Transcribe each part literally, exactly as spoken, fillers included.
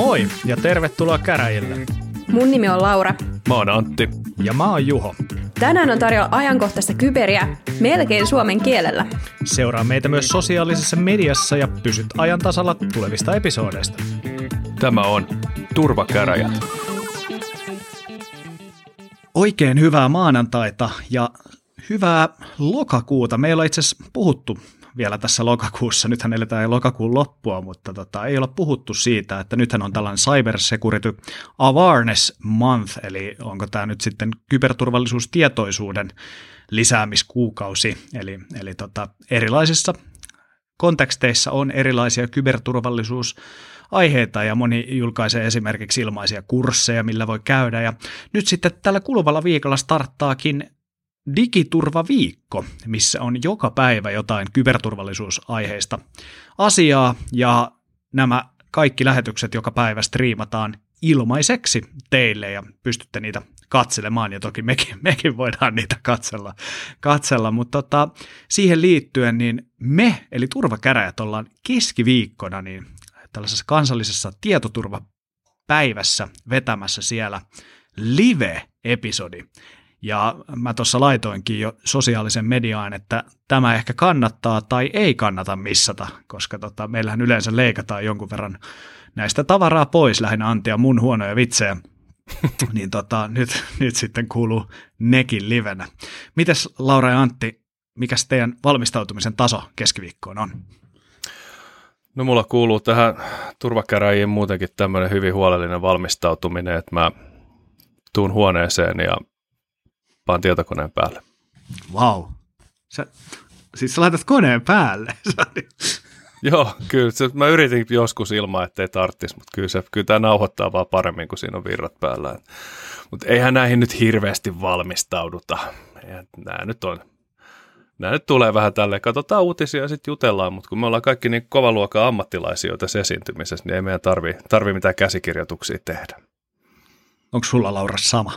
Moi ja tervetuloa käräjille. Mun nimi on Laura. Mä oon Antti. Ja mä oon Juho. Tänään on tarjolla ajankohtaista kyberiä melkein suomen kielellä. Seuraa meitä myös sosiaalisessa mediassa ja pysyt ajan tasalla tulevista episoodeista. Tämä on Turvakäräjät. Oikein hyvää maanantaita ja hyvää lokakuuta. Meillä on itse asiassa puhuttu vielä tässä lokakuussa. Nythän eletään jo lokakuun loppua, mutta tota, ei olla puhuttu siitä, että nythän on tällainen Cyber Security Awareness Month, eli onko tämä nyt sitten kyberturvallisuustietoisuuden lisäämiskuukausi, eli, eli tota, erilaisissa konteksteissa on erilaisia kyberturvallisuusaiheita ja moni julkaisee esimerkiksi ilmaisia kursseja, millä voi käydä, ja nyt sitten tällä kuluvalla viikolla starttaakin Digiturvaviikko, missä on joka päivä jotain kyberturvallisuusaiheista asiaa, ja nämä kaikki lähetykset joka päivä striimataan ilmaiseksi teille, ja pystytte niitä katselemaan, ja toki mekin, mekin voidaan niitä katsella, katsella. Mutta tota, siihen liittyen niin me, eli turvakäräjät, ollaan keskiviikkona niin tällaisessa kansallisessa tietoturvapäivässä vetämässä siellä live-episodi. Ja mä tuossa laitoinkin jo sosiaalisen mediaan, että tämä ehkä kannattaa tai ei kannata missata, koska tota, meillähän yleensä leikataan jonkun verran näistä tavaraa pois, lähinnä Antti ja mun huonoja vitsejä, niin tota, nyt, nyt sitten kuuluu nekin livenä. Mites Laura ja Antti, mikäs teidän valmistautumisen taso keskiviikkoon on? No mulla kuuluu tähän turvakäräjiin muutenkin tämmöinen hyvin huolellinen valmistautuminen, että mä tuun huoneeseen ja paan tietokoneen päälle. Vau. Wow. Sä, siis sä laitat koneen päälle? Joo, kyllä. Se, mä yritin joskus ilman, ettei tarttisi, mutta kyllä, se, kyllä tämä nauhoittaa vaan paremmin, kun siinä on virrat päällä. Mutta eihän näihin nyt hirveästi valmistauduta. Nämä nyt on, nämä nyt tulee vähän tälleen. Katsotaan uutisia ja sitten jutellaan, mutta kun me ollaan kaikki niin kovaluokan ammattilaisia tässä esiintymisessä, niin ei meidän tarvii, tarvii mitään käsikirjoituksia tehdä. Onko sulla, Laura, sama?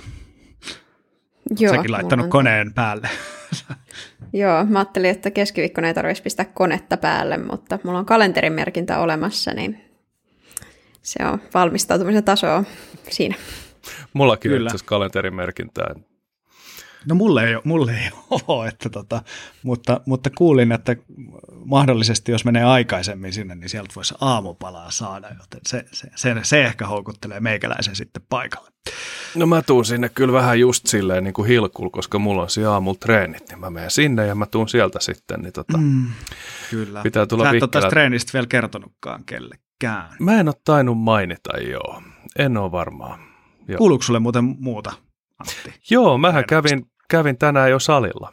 Joo, säkin laittanut on koneen päälle. Joo, mä ajattelin, että keskiviikkona ei tarvitsisi pistää konetta päälle, mutta mulla on kalenterin merkintä olemassa, niin se on valmistautumisen tasoa siinä. Mullakin on itse asiassa kalenterin merkintää. No mulle ei, mulle ei ole, että tota, mutta, mutta kuulin, että mahdollisesti jos menee aikaisemmin sinne, niin sieltä voisi aamupalaa saada, joten se, se, se, se ehkä houkuttelee meikäläisen sitten paikalle. No mä tuun sinne kyllä vähän just silleen niin kuin hilkulla, koska mulla on siellä aamulla treenit, niin mä menen sinne ja mä tuun sieltä sitten. Niin tota, mm, kyllä. Pitää tulla sä et vikkelä. ole tästä treenistä vielä kertonutkaan kellekään. Mä en ole tainnut mainita, joo. En ole varmaan. Joo. Kuuluuko sulle muuten muuta, Antti? Joo, mähän kävin, kävin tänään jo salilla.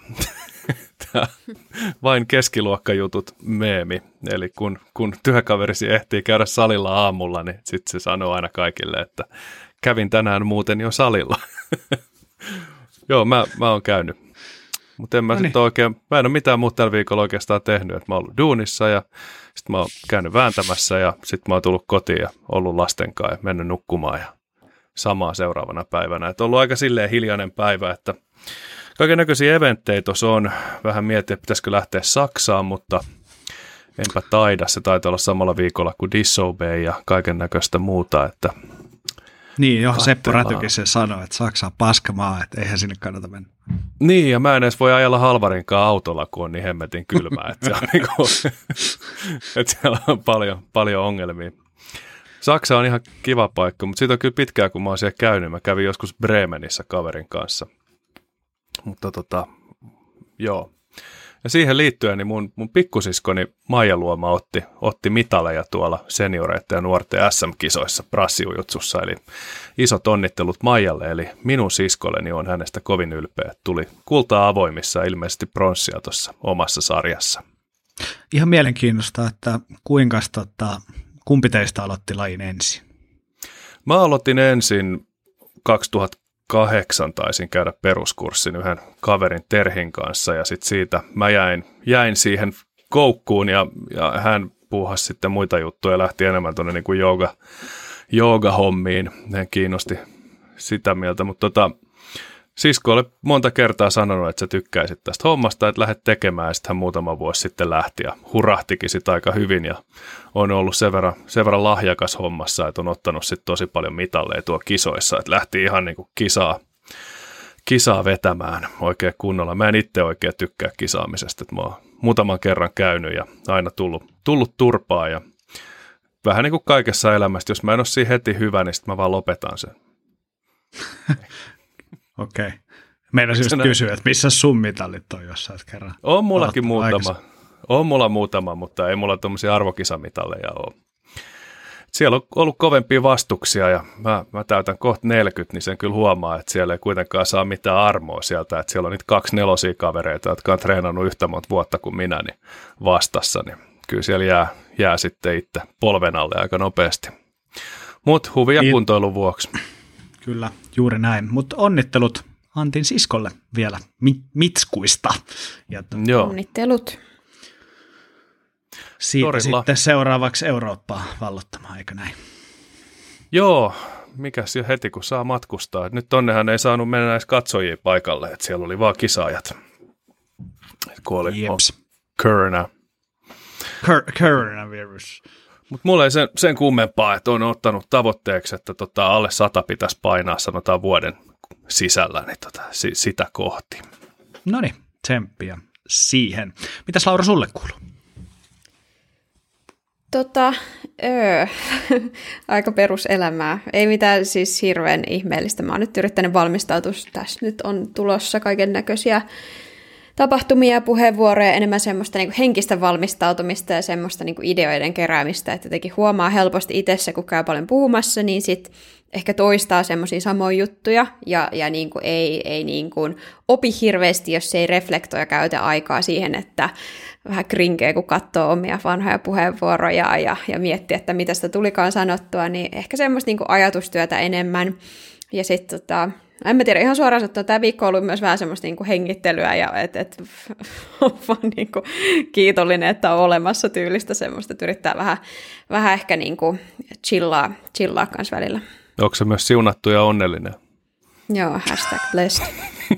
Vain keskiluokkajutut meemi. Eli kun, kun työkaverisi ehtii käydä salilla aamulla, niin sitten se sanoo aina kaikille, että kävin tänään muuten jo salilla. Joo, mä, mä oon käynyt. Mutta en mä sitten oikein, mä en ole mitään muuta tällä viikolla oikeastaan tehnyt. Et mä oon ollut duunissa ja sitten mä oon käynyt vääntämässä ja sitten mä oon tullut kotiin ja ollut lasten kanssa ja mennyt nukkumaan ja samaa seuraavana päivänä. Et on ollut aika silleen hiljainen päivä, että kaiken näköisiä eventtejä tuossa on. Vähän mietin, että pitäisikö lähteä Saksaan, mutta enpä taida. Se taitaa olla samalla viikolla kuin Disobey ja kaiken näköistä muuta, että niin joo, Seppo Rätykin se sanoi, että Saksa on paskamaa, että eihän sinne kannata mennä. Niin, ja mä en edes voi ajella halvarinkaan autolla, kun on niin hemmetin kylmää, että, se on niin kuin, että siellä on paljon, paljon ongelmia. Saksa on ihan kiva paikka, mutta siitä on kyllä pitkään, kun mä oon siellä käynyt. Mä kävin joskus Bremenissä kaverin kanssa. Mutta tota, joo. Ja siihen liittyen niin mun, mun pikkusiskoni Maija Luoma otti, otti mitaleja tuolla senioreiden ja nuorten S M-kisoissa brassiujutsussa. Eli isot onnittelut Maijalle, eli minun siskolleni on hänestä kovin ylpeä. Tuli kultaa avoimissa ja ilmeisesti pronssia tuossa omassa sarjassa. Ihan mielenkiintoista, että kuinka tota, kumpi teistä aloitti lajin ensin? Mä aloitin ensin kaksituhattakahdeksan taisin käydä peruskurssin yhden kaverin Terhin kanssa ja sitten siitä mä jäin, jäin siihen koukkuun ja, ja hän puuhasi sitten muita juttuja ja lähti enemmän tuonne niin kuin jooga, joogahommiin. Hän kiinnosti sitä mieltä, mutta tota, Sisko oli monta kertaa sanonut, että sä tykkäisit tästä hommasta, että lähdet tekemään, ja sitten hän muutama vuosi sitten lähti ja hurahtikin sitä aika hyvin, ja on ollut sen verran, sen verran lahjakas hommassa, että on ottanut sitten tosi paljon mitalleja tuo kisoissa, että lähti ihan niin kuin kisaa, kisaa vetämään oikein kunnolla. Mä en itse oikein tykkää kisaamisesta, että mä oon muutaman kerran käynyt ja aina tullut, tullut turpaa, ja vähän niin kuin kaikessa elämässä, jos mä en ole siinä heti hyvä, niin sitten mä vaan lopetan sen. Okei. Okay. Meidän just kysyä, että missä sun mitallit on, jos sä et kerran. On mullakin muutama. Aikaisemmin. On mulla muutama, mutta ei mulla tuommoisia arvokisamitalleja ole. Siellä on ollut kovempia vastuksia ja mä, mä täytän kohta neljäkymmentä, niin sen kyllä huomaa, että siellä ei kuitenkaan saa mitään armoa sieltä. Että siellä on niitä kaksi nelosia kavereita, jotka on treenannut yhtä monta vuotta kuin minä niin vastassa. Niin kyllä siellä jää, jää sitten itse polven alle aika nopeasti. Mutta huvia niin, kuntoilun vuoksi. Kyllä, juuri näin. Mutta onnittelut Antin siskolle vielä mi- mitskuista. Ja to- Joo. Onnittelut. Siitä sitten seuraavaksi Eurooppaa vallottamaan, eikö näin? Joo, mikäs jo heti kun saa matkustaa. Nyt tonnehan ei saanut mennä edes katsojia paikalle, että siellä oli vaan kisaajat. Kun oli corona. Coronavirus. Mutta mulla ei sen, sen kummempaa, että on ottanut tavoitteeksi, että tota, alle sata pitäisi painaa, sanotaan vuoden sisällä, niin tota, si, sitä kohti. No niin, tsemppiä siihen. Mitäs Laura sulle kuuluu? Tota, öö, aika peruselämää. Ei mitään siis hirveän ihmeellistä. Mä oon nyt yrittänyt valmistautua. Tässä nyt on tulossa kaiken näköisiä tapahtumia ja puheenvuoroja, enemmän semmoista niin kuin henkistä valmistautumista ja semmoista niin kuin ideoiden keräämistä, että jotenkin huomaa helposti itsessä, kun käy paljon puhumassa, niin sitten ehkä toistaa semmoisia samoja juttuja ja, ja niin kuin ei, ei niin kuin opi hirveästi, jos ei reflektoi ja käytä aikaa siihen, että vähän krinkeä, kun katsoo omia vanhoja puheenvuoroja ja, ja miettii, että mitä sitä tulikaan sanottua, niin ehkä semmoista niin kuin ajatustyötä enemmän. Ja sitten tota, en mä tiedä, ihan suoraan sanottuna tämä viikko on ollut myös vähän semmoista niinku hengittelyä ja että et, on vaan niinku kiitollinen, että on olemassa tyylistä semmoista, että yrittää vähän, vähän ehkä niinku chillaa, chillaa kanssa välillä. Onko se myös siunattu ja onnellinen? Joo, hashtag blessed.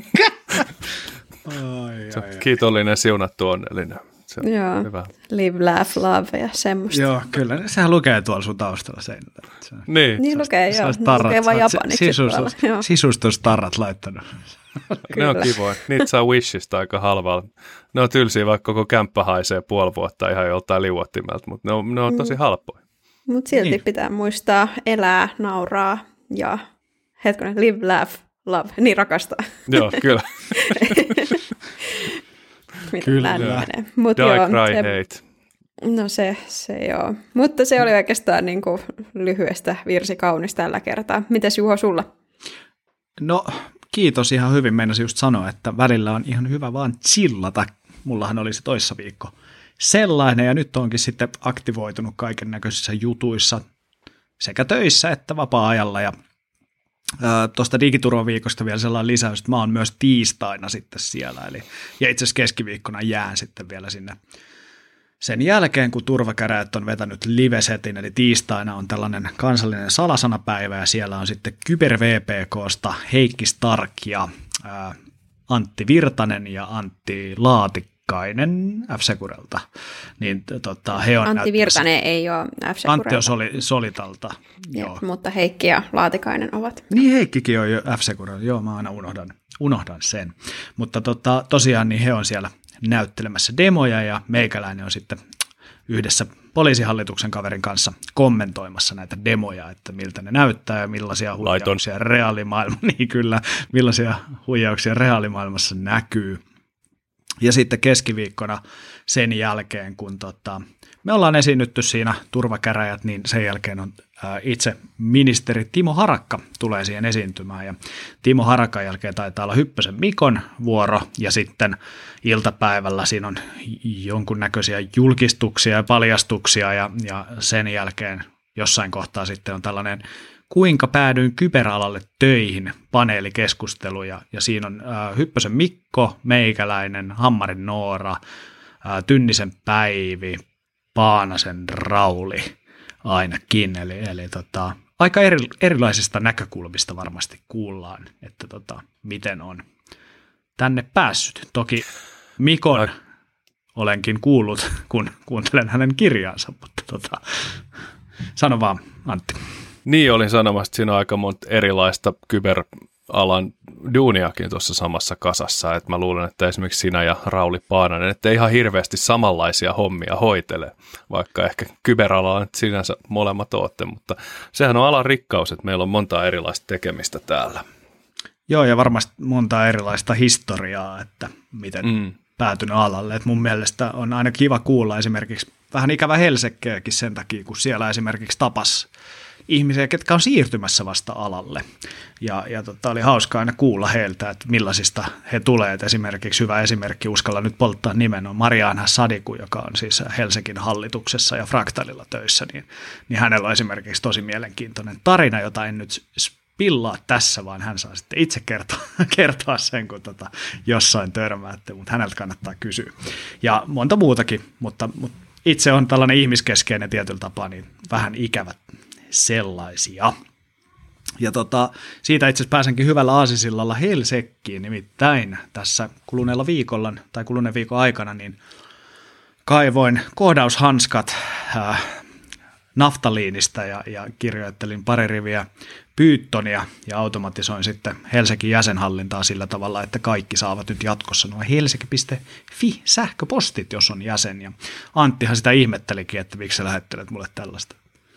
ai, ai, ai. Kiitollinen, siunattu, onnellinen. Se on Joo, hyvä. Live, laugh, love ja semmoista. Joo, kyllä. Sehän lukee tuolla sun taustalla seinällä. Niin. Niin lukee, joo. Lukee vaan japaniksi. Sisustus, sisustustarrat laittanut. Ne on kivoja. Niitä saa Wishista aika halvalla. Ne on tylsiä, vaikka koko kämppä haisee puoli vuotta ihan joltain liuottimelta, mutta ne on, ne on tosi halpoja. Mutta silti niin. pitää muistaa elää, nauraa ja hetkonen, live, laugh, love, niin rakastaa. Joo, kyllä. Mitä kyllä. Mut Die, joo, cry, se, hate. No se, se joo. Mutta se oli oikeastaan niin kuin lyhyestä virsi kaunis tällä kertaa. Mitäs Juho sulla? No kiitos, ihan hyvin meinasin just sanoa, että välillä on ihan hyvä vaan chillata. Mullahan oli se toissa viikko sellainen ja nyt onkin sitten aktivoitunut kaiken näköisissä jutuissa sekä töissä että vapaa-ajalla ja tuosta digiturvaviikosta vielä sellainen lisäys, että mä oon myös tiistaina sitten siellä, eli, ja itse asiassa keskiviikkona jään sitten vielä sinne sen jälkeen, kun turvakäräjät on vetänyt live-setin, eli tiistaina on tällainen kansallinen salasanapäivä, ja siellä on sitten Kyber-V P K:sta Heikki Stark ja ää, Antti Virtanen ja Antti Laatikkainen F-Securelta. Niin, tota, he on Antti näyttämässä. Virtanen ei ole F-Securelta. Antti on soli, Solitalta. Jep, joo. Mutta Heikki ja Laatikainen ovat. Niin Heikkikin on jo F-Securelta, joo mä aina unohdan, unohdan sen. Mutta tota, tosiaan niin he on siellä näyttelemässä demoja ja meikäläinen on sitten yhdessä poliisihallituksen kaverin kanssa kommentoimassa näitä demoja, että miltä ne näyttää ja millaisia huijauksia reaalimaailma, niin kyllä, millaisia huijauksia reaalimaailmassa näkyy. Ja sitten keskiviikkona sen jälkeen, kun tota, me ollaan esiinnytty siinä turvakäräjät, niin sen jälkeen on ää, itse ministeri Timo Harakka tulee siihen esiintymään. Ja Timo Harakan jälkeen taitaa olla Hyppösen Mikon vuoro ja sitten iltapäivällä siinä on jonkunnäköisiä julkistuksia ja paljastuksia ja, ja sen jälkeen jossain kohtaa sitten on tällainen kuinka päädyin kyberalalle töihin paneelikeskustelu ja, ja siinä on ää, Hyppösen Mikko, meikäläinen, Hammarin Noora, ää, Tynnisen Päivi, Paanasen Rauli ainakin, eli, eli tota, aika eri, erilaisista näkökulmista varmasti kuullaan, että tota, miten on tänne päässyt. Toki Mikon Ai. olenkin kuullut, kun kuuntelen hänen kirjaansa, mutta tota, sano vaan, Antti. Niin, olin sanomassa, että siinä on aika monta erilaista kyberalan duuniakin tuossa samassa kasassa, että mä luulen, että esimerkiksi sinä ja Rauli Paananen, että ei ihan hirveästi samanlaisia hommia hoitele, vaikka ehkä kyberalalla nyt sinänsä molemmat ootte, mutta sehän on alan rikkaus, että meillä on monta erilaista tekemistä täällä. Joo, ja varmasti monta erilaista historiaa, että miten mm. päätynyt alalle. Et mun mielestä on aina kiva kuulla esimerkiksi vähän ikävä Helsekkeäkin sen takia, kun siellä esimerkiksi tapas ihmisiä, ketkä on siirtymässä vasta alalle. Ja, ja tota, oli hauskaa aina kuulla heiltä, että millaisista he tulevat. Esimerkiksi hyvä esimerkki, uskalla nyt polttaa nimen, on Mariana Sadiku, joka on siis Helsingin hallituksessa ja Fraktalilla töissä. Niin, niin hänellä on esimerkiksi tosi mielenkiintoinen tarina, jota en nyt spillaa tässä, vaan hän saa sitten itse kertoa, kertoa sen, kun tota jossain törmäätte, mutta häneltä kannattaa kysyä. Ja monta muutakin, mutta, mutta itse on tällainen ihmiskeskeinen tietyllä tapaa, niin vähän ikävät sellaisia. Ja tota, siitä itse asiassa pääsenkin hyvällä aasisillalla Helsekkiin, nimittäin tässä kuluneella viikolla tai kuluneen viikon aikana niin kaivoin kohdaushanskat äh, naftaliinista ja, ja kirjoittelin pari riviä Pythonia ja automatisoin sitten Helsingin jäsenhallintaa sillä tavalla, että kaikki saavat nyt jatkossa nuo helsinki piste fi sähköpostit, jos on jäsen. Ja Anttihan sitä ihmettelikin, että miksi sä lähettelet mulle tällaista.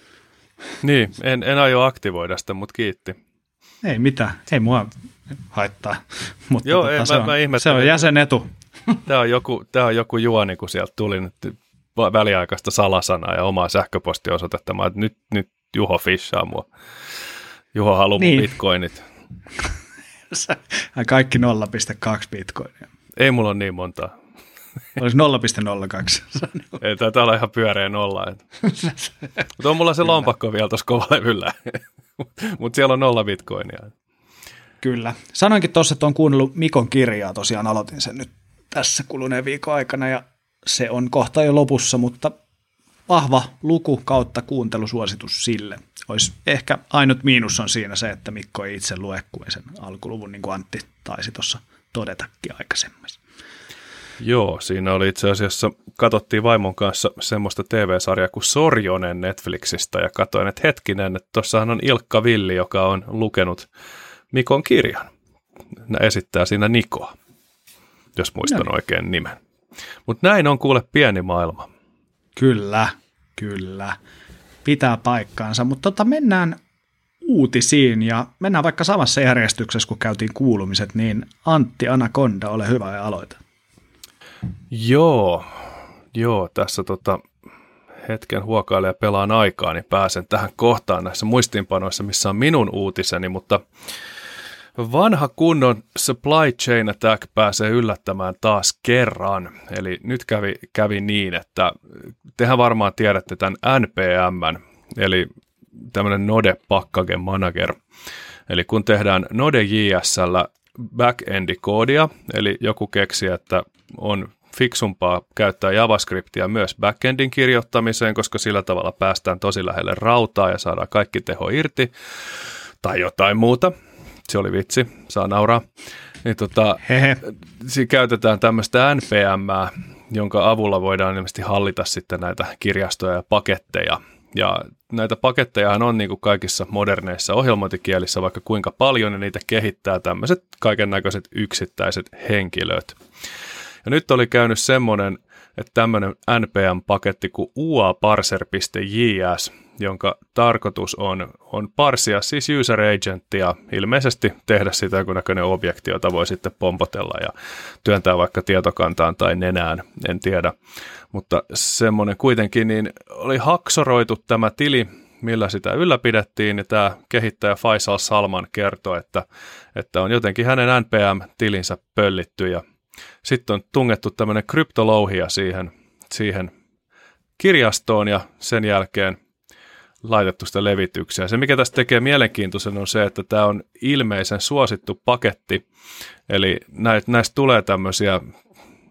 Niin, en, en aio aktivoida sitä, mutta kiitti. Ei mitään, ei mua haittaa, mutta Joo, tota, ei, se, mä, on, mä se on jäsenetu. Tämä on joku, tämä on joku juoni, kun sieltä tuli nyt väliaikaista salasanaa ja omaa sähköpostiosoitetta. Mä, että nyt, nyt Juho fishaa mua. Juho haluaa niin. bitcoinit. Kaikki nolla pilkku kaksi bitcoinia. Ei mulla ole niin montaa. Olisi nolla pilkku nolla kaksi. Ei, taitaa olla ihan pyöreä nolla. Mutta on mulla se Kyllä. lompakko vielä tuossa kovalevyllä. Mutta siellä on nolla bitcoinia. Kyllä. Sanoinkin tuossa, että olen kuunnellut Mikon kirjaa. Tosiaan aloitin sen nyt tässä kuluneen viikon aikana ja se on kohta jo lopussa, mutta vahva luku kautta kuuntelusuositus sille. Olisi ehkä ainut miinus on siinä se, että Mikko ei itse lue kuin sen alkuluvun, niin kuin Antti taisi tuossa todetakin aikaisemmin. Joo, siinä oli itse asiassa, katsottiin vaimon kanssa semmoista T V-sarjaa kuin Sorjonen Netflixistä ja katsoin, että hetkinen, että tuossahan on Ilkka Villi, joka on lukenut Mikon kirjan. Esittää siinä Nikoa, jos muistan no. oikein nimen. Mutta näin on kuule pieni maailma. Kyllä, kyllä. Pitää paikkaansa, mutta tota, mennään uutisiin ja mennään vaikka samassa järjestyksessä, kun käytiin kuulumiset, niin Antti Anaconda, ole hyvä ja aloita. Joo, joo, tässä tota hetken huokailen ja pelaan aikaa, niin pääsen tähän kohtaan näissä muistiinpanoissa, missä on minun uutiseni, mutta vanha kunnon supply chain attack pääsee yllättämään taas kerran. Eli nyt kävi, kävi niin, että tehän varmaan tiedätte tämän N P M:n, eli tämmöinen Node Package Manager. Eli kun tehdään Node J S:llä back-end-koodia, eli joku keksi, että on fiksumpaa käyttää JavaScriptia myös backendin kirjoittamiseen, koska sillä tavalla päästään tosi lähelle rautaa ja saadaan kaikki teho irti, tai jotain muuta. Se oli vitsi, saa nauraa. Niin tota, siinä käytetään tämmöistä N P M:ää, jonka avulla voidaan ilmeisesti hallita sitten näitä kirjastoja ja paketteja. Ja näitä pakettejahan on niin kuin kaikissa moderneissa ohjelmointikielissä vaikka kuinka paljon, ja niitä kehittää tämmöiset kaiken näköiset yksittäiset henkilöt. Ja nyt oli käynyt semmoinen, että tämmöinen N P M-paketti kuin U A parser piste J S, jonka tarkoitus on, on parsia siis user agenttia, ilmeisesti tehdä sitä joku näköinen objekti, jota voi sitten pompotella ja työntää vaikka tietokantaan tai nenään, en tiedä. Mutta semmoinen kuitenkin, niin oli haksoroitu tämä tili, millä sitä ylläpidettiin, ja tämä kehittäjä Faisal Salman kertoi, että, että on jotenkin hänen N P M-tilinsä pöllitty, ja sitten on tungettu tämmöinen kryptolouhia siihen, siihen kirjastoon, ja sen jälkeen laitettu sitä levityksiä. Se, mikä tästä tekee mielenkiintoisen, on se, että tämä on ilmeisen suosittu paketti, eli näistä tulee tämmöisiä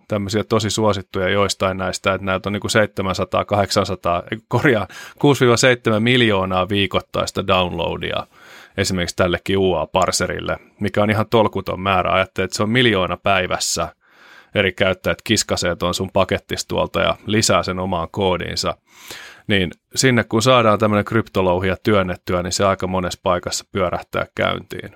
tämmöisiä tosi suosittuja joistain näistä, että näitä on niin kuin seitsemänsataa kahdeksansataa, korjaa kuusi seitsemän miljoonaa viikoittaista downloadia esimerkiksi tällekin U A-parserille, mikä on ihan tolkuton määrä. Ajattelee, että se on miljoona päivässä eri käyttäjät kiskasee tuon sun pakettista tuolta ja lisää sen omaan koodiinsa. Niin sinne kun saadaan tämmöinen kryptolouhia työnnettyä, niin se aika monessa paikassa pyörähtää käyntiin.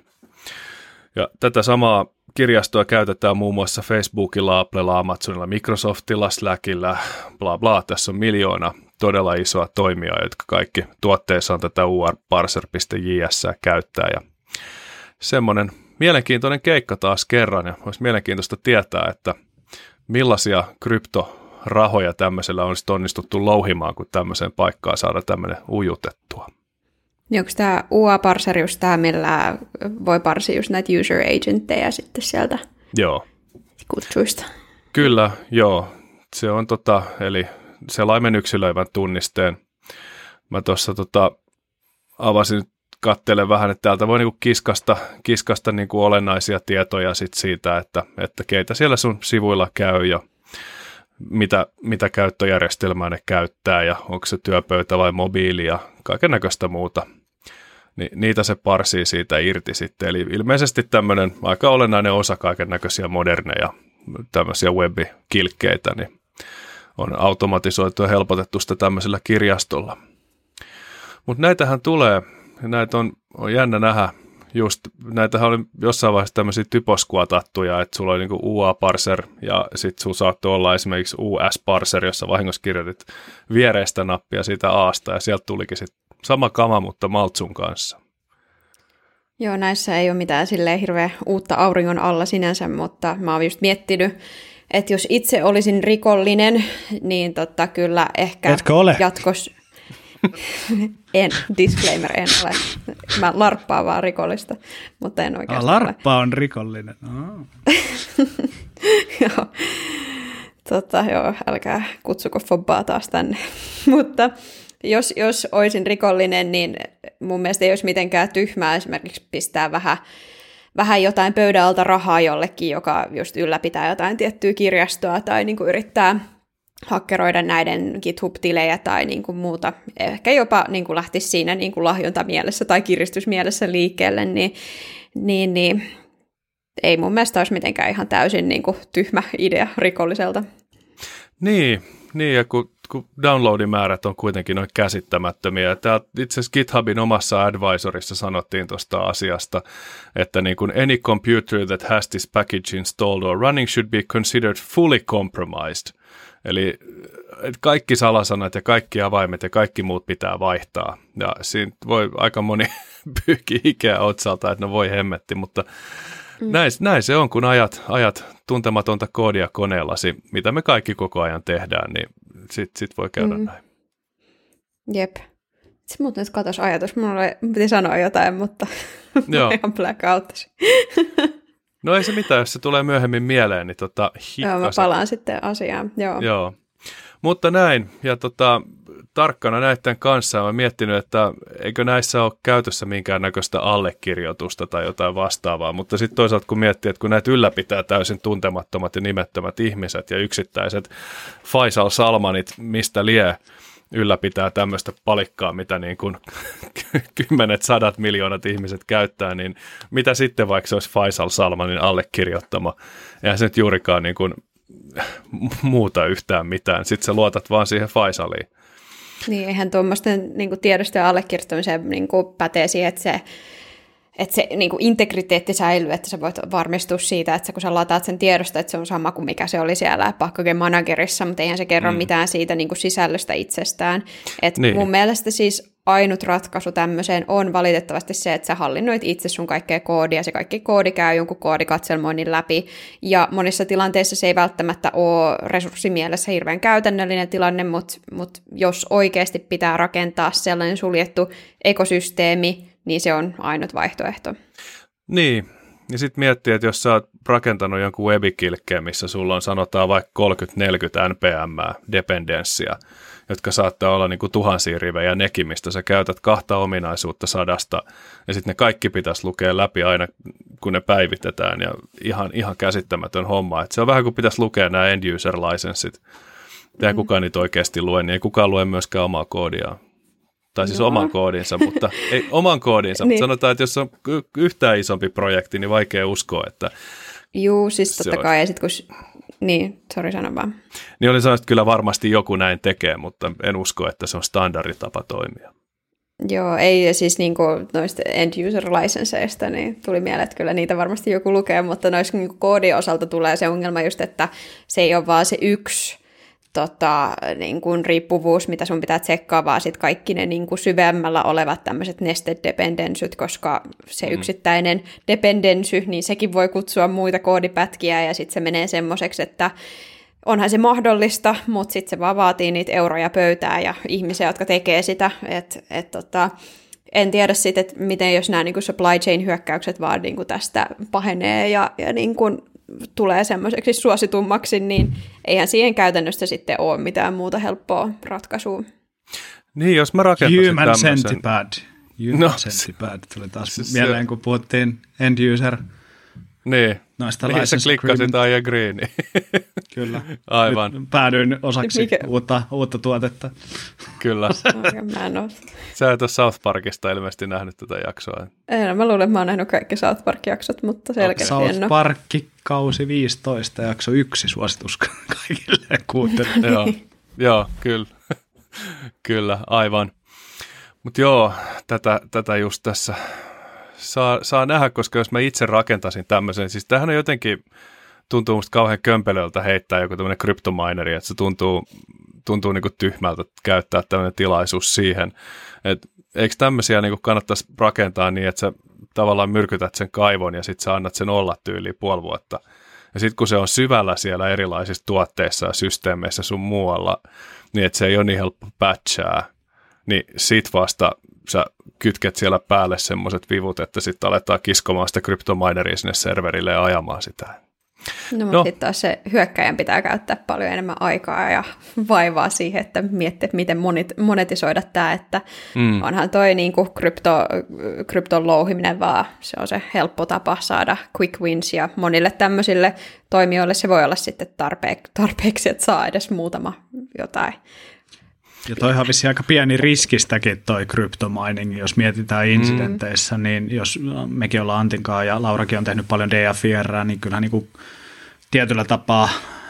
Ja tätä samaa kirjastoa käytetään muun muassa Facebookilla, Applella, Amazonilla, Microsoftilla, Slackilla, bla bla. Tässä on miljoona todella isoa toimijaa, jotka kaikki tuotteissa on tätä u r parser piste j s käyttää. Ja semmoinen mielenkiintoinen keikka taas kerran, ja olisi mielenkiintoista tietää, että millaisia kryptorahoja tämmöisellä olisi onnistuttu louhimaan, kun tämmöiseen paikkaan saada tämmöinen ujutettua. Niin onko tämä U A-parseri just tämä, millä voi parsia just näitä user agentteja sitten sieltä joo. kutsuista? Kyllä, joo. Se on tota, eli selaimen yksilöivän tunnisteen. Mä tuossa tota, avasin, katselen vähän, että täältä voi niinku kiskasta, kiskasta niinku olennaisia tietoja sit siitä, että, että keitä siellä sun sivuilla käy ja mitä, mitä käyttöjärjestelmää ne käyttää ja onko se työpöytä vai mobiili ja kaiken näköistä muuta. Ni, niitä se parsii siitä irti sitten. Eli ilmeisesti tämmöinen aika olennainen osa kaiken näköisiä moderneja tämmöisiä web-kilkkeitä niin on automatisoitu ja helpotettu sitä tämmöisellä kirjastolla. Mutta näitähän tulee, näitä on, on jännä nähdä. Just, näitähän oli jossain vaiheessa tämmöisiä typoskuotattuja, että sulla oli niinku U A-parser ja sitten sulla saattoi olla esimerkiksi U S-parser, jossa vahingossa kirjoitit viereistä nappia siitä A:sta ja sieltä tulikin sitten sama kama, mutta Maltsun kanssa. Joo, näissä ei ole mitään silleen hirveän uutta auringon alla sinänsä, mutta mä oon just miettinyt, että jos itse olisin rikollinen, niin totta kyllä ehkä Etkö ole? jatkos... en, disclaimer, en ole. Mä larppaan vaan rikollista, mutta en oikeastaan ah, larppa on rikollinen. Oh. joo. Tota, joo, älkää kutsuko fobbaa taas tänne. mutta jos, jos olisin rikollinen, niin mun mielestä ei olisi mitenkään tyhmää esimerkiksi pistää vähän, vähän jotain pöydän alta rahaa jollekin, joka just ylläpitää jotain tiettyä kirjastoa tai niin kuin yrittää hakkeroida näiden GitHub-tilejä tai niin kuin muuta. Ehkä jopa niin kuin lähtisi siinä niin kuin lahjontamielessä tai kiristysmielessä liikkeelle, niin, niin, niin ei mun mielestä olisi mitenkään ihan täysin niin kuin tyhmä idea rikolliselta. Niin, niin ja kun, kun downloadimäärät on kuitenkin noin käsittämättömiä. Tää itse asiassa GitHubin omassa advisorissa sanottiin tuosta asiasta, että niin kuin any computer that has this package installed or running should be considered fully compromised. Eli kaikki salasanat ja kaikki avaimet ja kaikki muut pitää vaihtaa. Ja siinä voi aika moni pyyhkiä hikeä otsalta, että no voi hemmetti, mutta mm. näin, näin se on, kun ajat, ajat tuntematonta koodia koneellasi, mitä me kaikki koko ajan tehdään, niin sit, sit voi käydä mm. näin. Jep. Se muuten nyt katosi ajatus. Mulla piti sanoa jotain, mutta Joo. ihan blackouttasi. No ei se mitään, jos se tulee myöhemmin mieleen, niin tota hikkasen. Joo, mä palaan sitten asiaan, joo. Joo, mutta näin, ja tota, tarkkana näiden kanssa olen miettinyt, että eikö näissä ole käytössä minkäännäköistä allekirjoitusta tai jotain vastaavaa, mutta sitten toisaalta kun miettii, että kun näitä ylläpitää täysin tuntemattomat ja nimettömät ihmiset ja yksittäiset Faisal Salmanit, mistä lie, ylläpitää tämmöistä palikkaa, mitä niin kuin kymmenet, sadat miljoonat ihmiset käyttää, niin mitä sitten vaikka se olisi Faisal Salmanin allekirjoittama? Eihän se nyt juurikaan niin kuin muuta yhtään mitään. Sitten sä luotat vaan siihen Faisaliin. Niin, eihän tuommoisten niin tiedostojen allekirjoittamiseen niin pätee siihen, että se että se niin kuin integriteetti säilyy, että sä voit varmistua siitä, että kun sä lataat sen tiedosta, että se on sama kuin mikä se oli siellä Package Managerissa, mutta eihän se kerro mm. mitään siitä niin kuin sisällöstä itsestään. Et niin. Mun mielestä siis ainut ratkaisu tämmöiseen on valitettavasti se, että sä hallinnoit itse sun kaikkea koodia, se kaikki koodi käy jonkun koodikatselmoinnin läpi, ja monissa tilanteissa se ei välttämättä ole resurssimielessä hirveän käytännöllinen tilanne, mutta, mutta jos oikeasti pitää rakentaa sellainen suljettu ekosysteemi, niin se on ainut vaihtoehto. Niin, ja sitten miettii, että jos sä oot rakentanut jonkun webikilkkeen, missä sulla on sanotaan vaikka kolmekymmentä neljäkymmentä npm dependenssiä, jotka saattaa olla niin kuin tuhansia rivejä nekin, mistä sä käytät kahta ominaisuutta sadasta, ja sitten ne kaikki pitäisi lukea läpi aina, kun ne päivitetään, ja ihan, ihan käsittämätön homma. Et se on vähän kuin pitäisi lukea nämä end-user licensit. Ei mm. kukaan niitä oikeasti lue, niin ei kukaan lue myöskään omaa koodiaan. Tai siis no. oman koodinsa, mutta ei oman koodinsa, niin. Mutta sanotaan, että jos on yhtään isompi projekti, niin vaikea uskoa, että juu, siis totta kai, ja sitten kun, niin, sori sano vaan. Niin oli sanonut, että kyllä varmasti joku näin tekee, mutta en usko, että se on standarditapa toimia. Joo, ei siis niin kuin noista end-user licenseista, niin tuli mieleen, että kyllä niitä varmasti joku lukee, mutta noissa niin koodin osalta tulee se ongelma just, että se ei ole vaan se yksi Tota, niin kuin riippuvuus, mitä sun pitää tsekkaa, vaan sitten kaikki ne niin kuin syvemmällä olevat tämmöiset nested dependencyt, koska se mm. yksittäinen dependensy, niin sekin voi kutsua muita koodipätkiä, ja sitten se menee semmoiseksi, että onhan se mahdollista, mutta sitten se vaan vaatii niitä euroja pöytään ja ihmisiä, jotka tekee sitä. Et, et, tota, en tiedä sitten, että miten jos nämä niin kuin supply chain hyökkäykset vaan niin kuin tästä pahenee ja, ja niin kuin tulee semmoiseksi suositummaksi, niin eihän siihen käytännössä sitten ole mitään muuta helppoa ratkaisua. Niin, jos mä rakentaisin Human tämmöisen. Centipede. Human no, Centipede tuli taas siis mieleen, kun puhuttiin end user. Niin, noista mihin sä klikkasit I agree. Niin. Kyllä. Aivan. Nyt päädyin osaksi Mikä? uutta, uutta tuotetta. Kyllä. Mä en ole. Sä et ole South Parkista ilmeisesti nähnyt tätä jaksoa. En, mä luulen, että mä oon nähnyt kaikki South Park-jaksot, mutta selkeästi South en ole. Park kausi viisitoista, jakso yksi, suositus kaikille kuuntelijoille. Joo, joo, kyllä. Kyllä, aivan. Mutta joo, tätä, tätä just tässä saa, saa nähdä, koska jos mä itse rakentaisin tämmöisen, siis tämähän on jotenkin, tuntuu musta kauhean kömpelöltä heittää joku tämmöinen kryptomineri, että se tuntuu, tuntuu niinku tyhmältä käyttää tämmöinen tilaisuus siihen, että eikö tämmöisiä niinku kannattaisi rakentaa niin, että sä tavallaan myrkytät sen kaivon ja sitten sä annat sen olla tyyliin puoli vuotta. Ja sitten kun se on syvällä siellä erilaisissa tuotteissa ja systeemeissä sun muualla, niin että se ei ole niin helppo patchaa, niin sit vasta sä kytket siellä päälle semmoiset vivut, että sitten aletaan kiskomaan sitä kryptomineria sinne serverille ja ajamaan sitä. No, mutta no. Sitten taas se hyökkäjän pitää käyttää paljon enemmän aikaa ja vaivaa siihen, että miettii, miten monetisoida tämä, että mm. onhan toi niin kuin krypto, krypton louhiminen vaan, se on se helppo tapa saada quick wins, ja monille tämmöisille toimijoille se voi olla sitten tarpeeksi, tarpeeksi että saa edes muutama jotain. Ja toihan on vissiin aika pieni riskistäkin toi cryptomining, jos mietitään incidenteissä, mm. niin jos mekin ollaan Antinkaa ja Laurakin on tehnyt paljon D F I R, niin kyllähän niin kuin tietyllä tapaa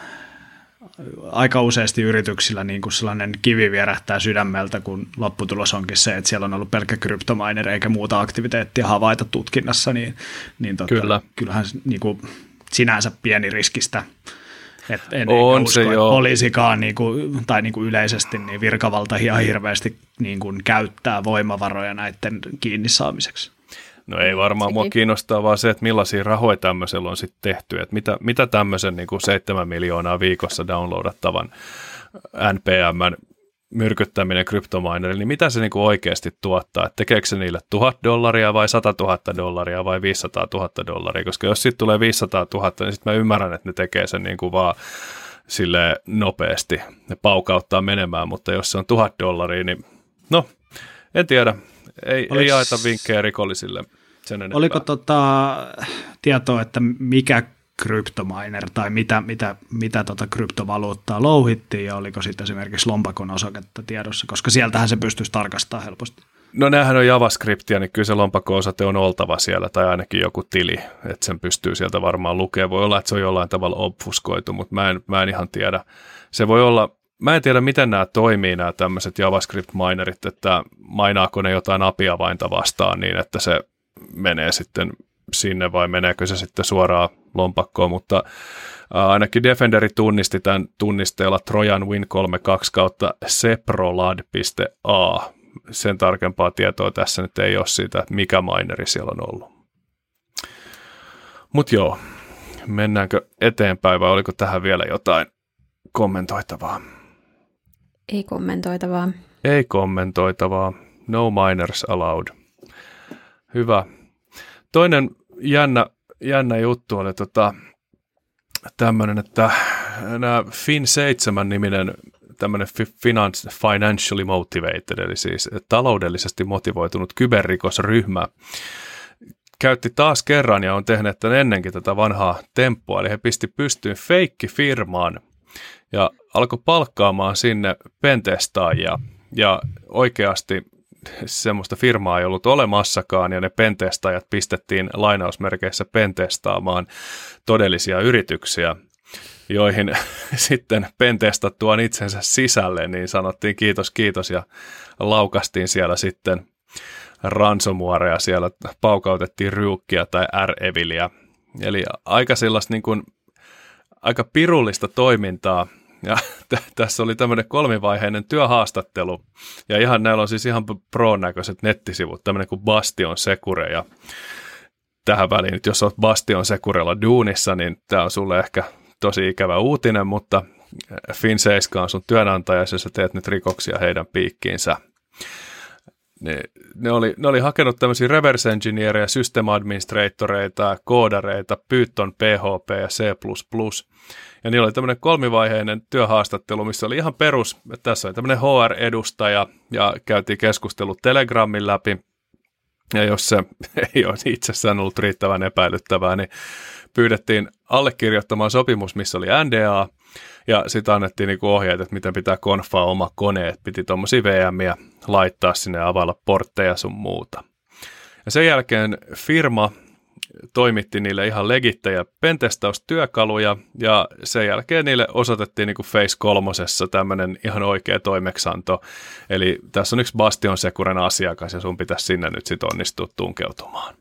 aika useasti yrityksillä niin kuin sellainen kivi vierähtää sydämeltä, kun lopputulos onkin se, että siellä on ollut pelkkä cryptominer eikä muuta aktiviteettia havaita tutkinnassa, niin, niin totta, Kyllä. kyllähän niin kuin sinänsä pieni riskistä. Et en on usko, se että joo. poliisikaan niinku, tai niinku yleisesti niin virkavalta ihan hirveästi niinku käyttää voimavaroja näiden kiinni saamiseksi. No ei varmaan mua kiinnostaa vaan se, että millaisia rahoja tämmöisellä on sitten tehty. Että mitä, mitä tämmöisen niinku seitsemän miljoonaa viikossa downloadattavan N P M:n myrkyttäminen kryptominerille, niin mitä se niinku oikeasti tuottaa? Et tekeekö se niille tuhat dollaria vai sata tuhatta dollaria vai viisisataa tuhatta dollaria? Koska jos siitä tulee viisisataa tuhatta, niin sitten mä ymmärrän, että ne tekee sen niinku vaan silleen nopeasti. Ne paukauttaa menemään, mutta jos se on tuhat dollaria, niin no, en tiedä. Ei, ei jaeta vinkkejä rikollisille sen enempää. Oliko tota tietoa, että mikä kryptominer tai mitä, mitä, mitä tota kryptovaluuttaa louhittiin ja oliko sitten esimerkiksi lompakon osaketta tiedossa, koska sieltähän se pystyisi tarkastamaan helposti. No näähän on JavaScriptia, niin kyllä se lompakko-osate on oltava siellä tai ainakin joku tili, että sen pystyy sieltä varmaan lukemaan. Voi olla, että se on jollain tavalla obfuskoitu, mutta mä en, mä en ihan tiedä. Se voi olla, mä en tiedä miten nämä toimii nämä tämmöiset JavaScript-minerit, että mainaako ne jotain A P I-avainta vastaan niin, että se menee sitten sinne vai meneekö se sitten suoraan lompakkoon, mutta ainakin Defenderi tunnisti tämän tunnisteella Trojan Win kolmekymmentäkaksi kautta seprolad piste a. Sen tarkempaa tietoa tässä nyt ei ole siitä, mikä mineri siellä on ollut. Mutta joo, mennäänkö eteenpäin vai oliko tähän vielä jotain kommentoitavaa? Ei kommentoitavaa. Ei kommentoitavaa. No miners allowed. Hyvä. Toinen jännä jännä juttu oli tota, tämmöinen, että nämä Fin seitsemän niminen tämmöinen finance, financially motivated, eli siis taloudellisesti motivoitunut kyberrikosryhmä, käytti taas kerran ja on tehnyt tämän ennenkin tätä vanhaa temppua, eli he pisti pystyyn feikkifirmaan ja alkoi palkkaamaan sinne pentestaajia ja oikeasti semmoista firmaa ei ollut olemassakaan ja ne pentestaajat pistettiin lainausmerkeissä pentestaamaan todellisia yrityksiä, joihin sitten pentestattuaan itsensä sisälle, niin sanottiin kiitos kiitos ja laukastiin siellä sitten ransomwarea, siellä paukautettiin ryukkia tai R-eviliä. Eli aika sellaista niin kuin, aika pirullista toimintaa. Ja t- tässä oli tämmöinen kolmivaiheinen työhaastattelu. Ja ihan näillä on siis ihan pro-näköiset nettisivut, tämmöinen kuin Bastion Secure. Ja tähän väliin, nyt jos olet Bastion Securella duunissa, niin tämä on sulle ehkä tosi ikävä uutinen, mutta Fin seitsemän on sun työnantaja, jos sä teet nyt rikoksia heidän piikkiinsä. Ne, ne, oli, ne oli hakenut tämmöisiä reverse engineereja, system administratoreita, koodareita, Python, P H P ja C plus plus. Ja niillä oli tämmöinen kolmivaiheinen työhaastattelu, missä oli ihan perus, että tässä oli tämmöinen H R-edustaja ja käytiin keskustelut Telegramin läpi. Ja jos se ei ole itsessään ollut riittävän epäilyttävää, niin pyydettiin allekirjoittamaan sopimus, missä oli N D A, ja sitten annettiin niinku ohjeet, että miten pitää konfaa oma kone, että piti tuommoisia V M:iä laittaa sinne ja availla portteja sun muuta. Ja sen jälkeen firma toimitti niille ihan legittejä pentestaustyökaluja, ja sen jälkeen niille osoitettiin niinku Phase kolmosessa tämmöinen ihan oikea toimeksanto. Eli tässä on yksi Bastion Securen asiakas, ja sun pitäisi sinne nyt sitten onnistua tunkeutumaan.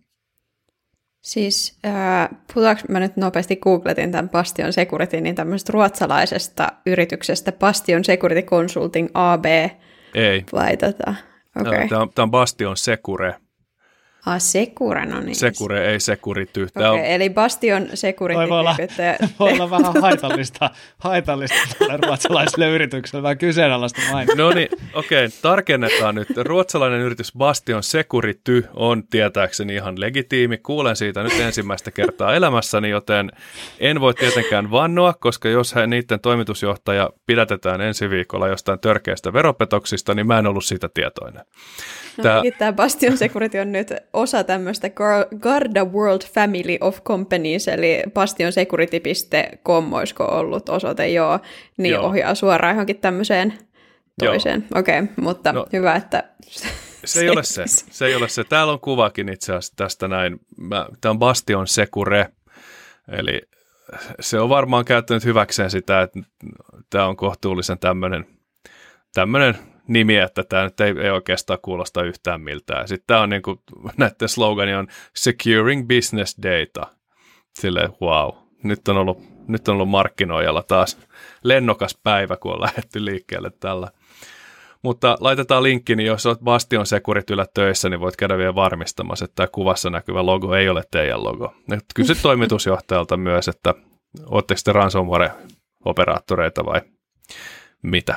Siis, äh, puhutaanko mä nyt nopeasti googletin tämän Bastion Security, niin tämmöisestä ruotsalaisesta yrityksestä Bastion Security Consulting A B? Ei. Vai tota, okei. Okay. Tämä on Bastion Secure. Ah, Secure, no niin. Secure, ei Security. Okei, okay, eli Bastion Security. Voi olla, voi olla vähän haitallista, haitallista tälle ruotsalaiselle yritykselle, vähän kyseenalaista mainita. No niin, okei, okay, tarkennetaan nyt. Ruotsalainen yritys Bastion Security on tietääkseni ihan legitiimi. Kuulen siitä nyt ensimmäistä kertaa elämässäni, joten en voi tietenkään vannoa, koska jos he, niiden toimitusjohtaja pidätetään ensi viikolla jostain törkeästä veropetoksista, niin mä en ollut siitä tietoinen. No, Tää... Tämä Bastion Security on nyt osa tämmöistä Garda World Family of Companies, eli bastionsecurity piste com olisiko ollut osoite, joo, niin joo. Ohjaa suoraan johonkin tämmöiseen toiseen. Okei, okay, mutta no, hyvä, että... Se ei ole se, se ei ole se. Täällä on kuvakin itse asiassa tästä näin. Tämä on Bastion Secure, eli se on varmaan käyttänyt hyväkseen sitä, että tämä on kohtuullisen tämmöinen, tämmöinen nimi, että tämä nyt ei, ei oikeastaan kuulosta yhtään miltään. Sitten tämä on niin kuin, näiden slogani on Securing Business Data. Silleen, wow, nyt on ollut, nyt on ollut markkinoijalla taas lennokas päivä, kun on lähdetty liikkeelle tällä. Mutta laitetaan linkki, niin jos olet Bastion Securityllä töissä, niin voit käydä vielä varmistamassa, että tämä kuvassa näkyvä logo ei ole teidän logo. Kysy toimitusjohtajalta myös, että ootteko te ransomware-operaattoreita vai mitä.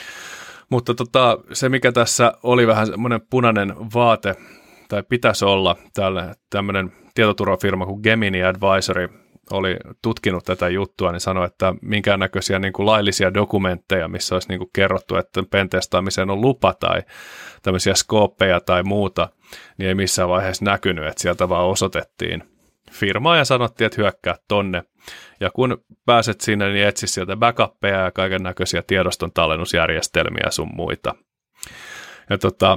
Mutta tota, se, mikä tässä oli vähän semmoinen punainen vaate, tai pitäisi olla, tälle, tämmöinen tietoturvafirma kuin Gemini Advisory oli tutkinut tätä juttua, niin sanoi, että minkäännäköisiä niin kuin laillisia dokumentteja, missä olisi niin kuin kerrottu, että pentestaamiseen on lupa tai tämmöisiä skooppeja tai muuta, niin ei missään vaiheessa näkynyt, että sieltä vaan osoitettiin firmaa ja sanottiin, että hyökkää tonne. Ja kun pääset sinne, niin etsi sieltä backuppeja ja kaiken näköisiä tiedoston tallennusjärjestelmiä ja sun muita. Ja tota,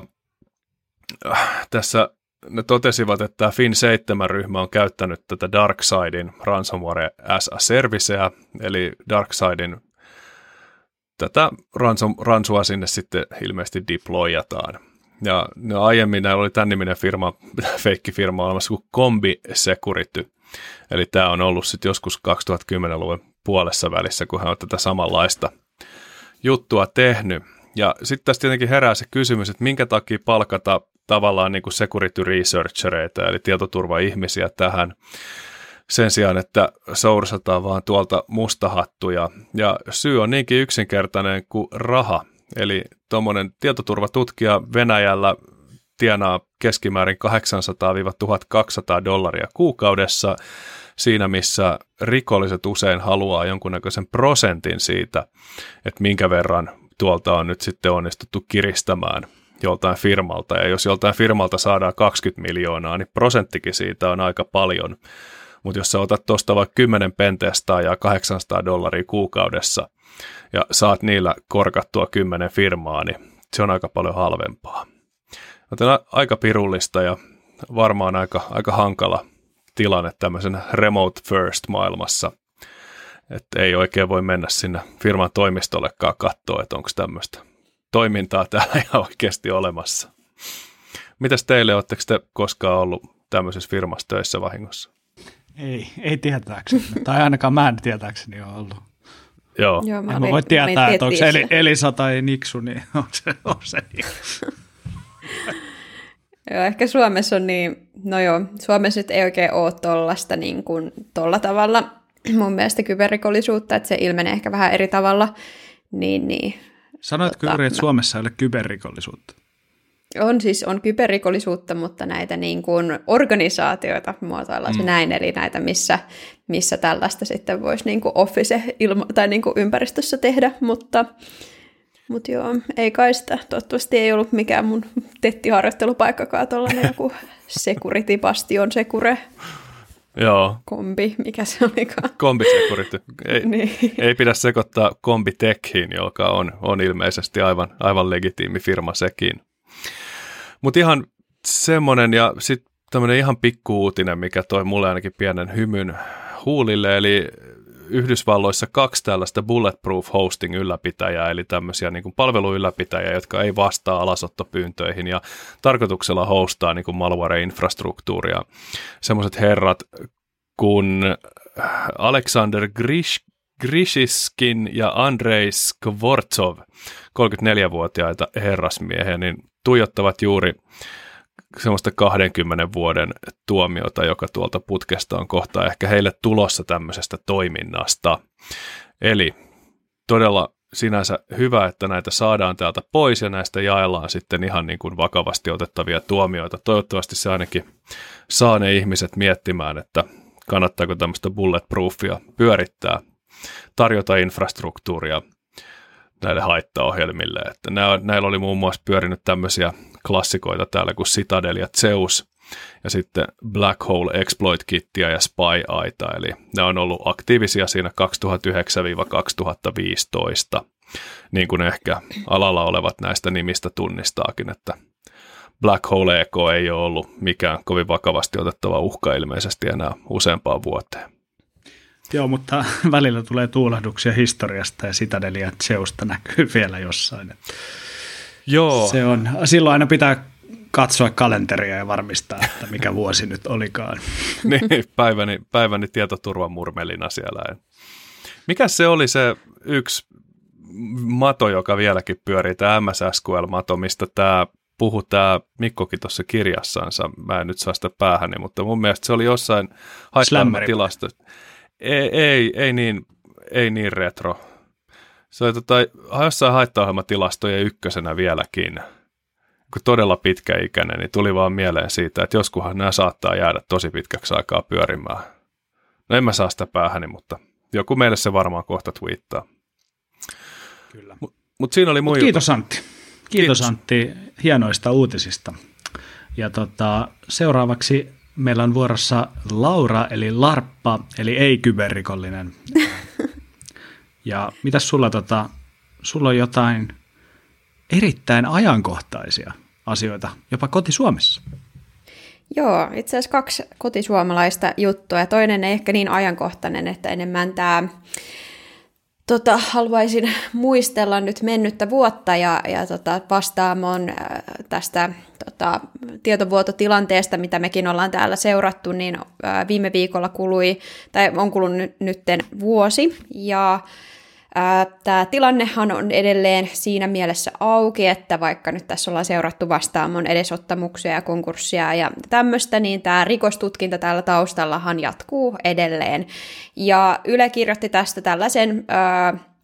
tässä ne totesivat, että tämä Fin seitsemän-ryhmä on käyttänyt tätä DarkSidein ransomware as a serviceä, eli DarkSidein tätä ransom, ransua sinne sitten ilmeisesti deployataan. Ja no aiemmin näillä oli tämän niminen firma, feikkifirma olemassa kuin Combi Security. Eli tämä on ollut sitten joskus kaksituhattakymmenluvun puolessa välissä, kun hän on tätä samanlaista juttua tehnyt. Ja sitten tästä tietenkin herää se kysymys, että minkä takia palkata tavallaan niin kuin security researchereita, eli tietoturva-ihmisiä tähän sen sijaan, että soursataan vaan tuolta mustahattuja. Ja syy on niinkin yksinkertainen kuin raha. Eli tuommoinen tietoturvatutkija Venäjällä tienaa keskimäärin kahdeksansataa–tuhatkaksisataa dollaria kuukaudessa, siinä missä rikolliset usein haluaa jonkunnäköisen prosentin siitä, että minkä verran tuolta on nyt sitten onnistuttu kiristämään joltain firmalta. Ja jos joltain firmalta saadaan kaksikymmentä miljoonaa, niin prosenttikin siitä on aika paljon. Mutta jos sä otat tuosta vaikka kymmenen pentestaa ja kahdeksansataa dollaria kuukaudessa ja saat niillä korkattua kymmenen firmaa, niin se on aika paljon halvempaa. Joten aika pirullista ja varmaan aika, aika hankala tilanne tämmöisen remote first maailmassa. Että ei oikein voi mennä sinne firman toimistollekaan katsoa, että onko tämmöistä toimintaa täällä ihan oikeasti olemassa. Mitäs teille, oletteko te koskaan ollut tämmöisessä firmassa töissä vahingossa? Ei, ei tietääkseni. Tai ainakaan mä en tietääkseni ole ollut. Joo. Joo, mä, mä voin tietää, että onko Eli, Elisa tai Niksu, niin on se, on se niin. Joo, ehkä Suomessa on niin, no joo, Suomessa nyt ei oikein ole tollasta niin kuin tolla tavalla mun mielestä kyberrikollisuutta, että se ilmenee ehkä vähän eri tavalla. Niin, niin. Sanoitko tota, juuri, että Suomessa ei ole kyberrikollisuutta? On siis, on kyberrikollisuutta, mutta näitä niin kuin organisaatioita muotoillaan mm. se näin, eli näitä, missä, missä tällaista sitten voisi niin kuin office ilma- tai niin kuin ympäristössä tehdä, mutta, mutta joo, ei kai sitä. Toivottavasti ei ollut mikään mun tettiharjoittelupaikkakaan tuollainen joku security bastion secure. Joo. Kombi, mikä se olikaan? Kombi security. Ei, niin. ei pidä sekoittaa Kombi Techiin, joka on, on ilmeisesti aivan, aivan legitiimi firma sekin. Mutta ihan semmoinen ja sitten tämmöinen ihan pikku-uutinen, mikä toi mulle ainakin pienen hymyn huulille, eli Yhdysvalloissa kaksi tällaista bulletproof hosting ylläpitäjää, eli tämmöisiä niin kuin palveluylläpitäjiä, jotka ei vastaa alasottopyyntöihin ja tarkoituksella hostaa niin kuin malware-infrastruktuuria. Semmoiset herrat kuin Alexander Grish, Grishiskin ja Andrei Skvortsov, kolmekymmentäneljävuotiaita herrasmiehiä, niin tuijottavat juuri semmoista kahdenkymmenen vuoden tuomiota, joka tuolta putkesta on kohta ehkä heille tulossa tämmöisestä toiminnasta. Eli todella sinänsä hyvä, että näitä saadaan täältä pois ja näistä jaellaan sitten ihan niin kuin vakavasti otettavia tuomioita. Toivottavasti se ainakin saa ne ihmiset miettimään, että kannattaako tämmöistä bulletproofia pyörittää, tarjota infrastruktuuria näille haittaohjelmille. Että näillä oli muun muassa pyörinyt tämmöisiä klassikoita täällä kuin Citadel ja Zeus ja sitten Black Hole Exploit Kittiä ja Spy-Aita, eli ne on ollut aktiivisia siinä kaksituhattayhdeksän kaksituhattaviisitoista, niin kuin ehkä alalla olevat näistä nimistä tunnistaakin, että Black Hole E K ei ole ollut mikään kovin vakavasti otettava uhka ilmeisesti enää useampaan vuoteen. Joo, mutta välillä tulee tuulahduksia historiasta ja Citadel ja Zeusta näkyy vielä jossain. Joo. Se on, silloin aina pitää katsoa kalenteria ja varmistaa, että mikä vuosi nyt olikaan. Niin, päiväni, päiväni tietoturvan murmelina siellä. Mikä se oli se yksi mato, joka vieläkin pyörii, tämä M S S Q L-mato, mistä tämä puhui tämä Mikkokin tuossa kirjassansa. Mä en nyt saa sitä päähäni, mutta mun mielestä se oli jossain haittaohjelmatilastossa. Ei, ei, ei, niin, ei niin retro. Se oli tota, jossain haittaohjelmatilastojen ykkösenä vieläkin. Kun todella pitkäikäinen, niin tuli vaan mieleen siitä, että joskuhan nämä saattaa jäädä tosi pitkäksi aikaa pyörimään. No en mä saa sitä päähäni, mutta joku meille se varmaan kohta twiittaa. Kyllä. Mutta mut siinä oli muu Kiitos Antti. Kiitos, Kiitos Antti hienoista uutisista. Ja tota, seuraavaksi meillä on vuorossa Laura, eli Larppa, eli ei-kyberrikollinen. Ja mitäs sulla, tota, sulla on jotain erittäin ajankohtaisia asioita, jopa koti-Suomessa? Joo, itse asiassa kaksi kotisuomalaista juttua, ja toinen ei ehkä niin ajankohtainen, että enemmän tämä, tota, haluaisin muistella nyt mennyttä vuotta, ja, ja tota, Vastaamon äh, tästä tota, tietovuototilanteesta, mitä mekin ollaan täällä seurattu, niin äh, viime viikolla kului, tai on kulunut nyt, nytten vuosi, ja tämä tilannehan on edelleen siinä mielessä auki, että vaikka nyt tässä ollaan seurattu Vastaamon edesottamuksia ja konkurssia ja tämmöistä, niin tämä rikostutkinta täällä taustallahan jatkuu edelleen. Ja Yle kirjoitti tästä tällaisen ää,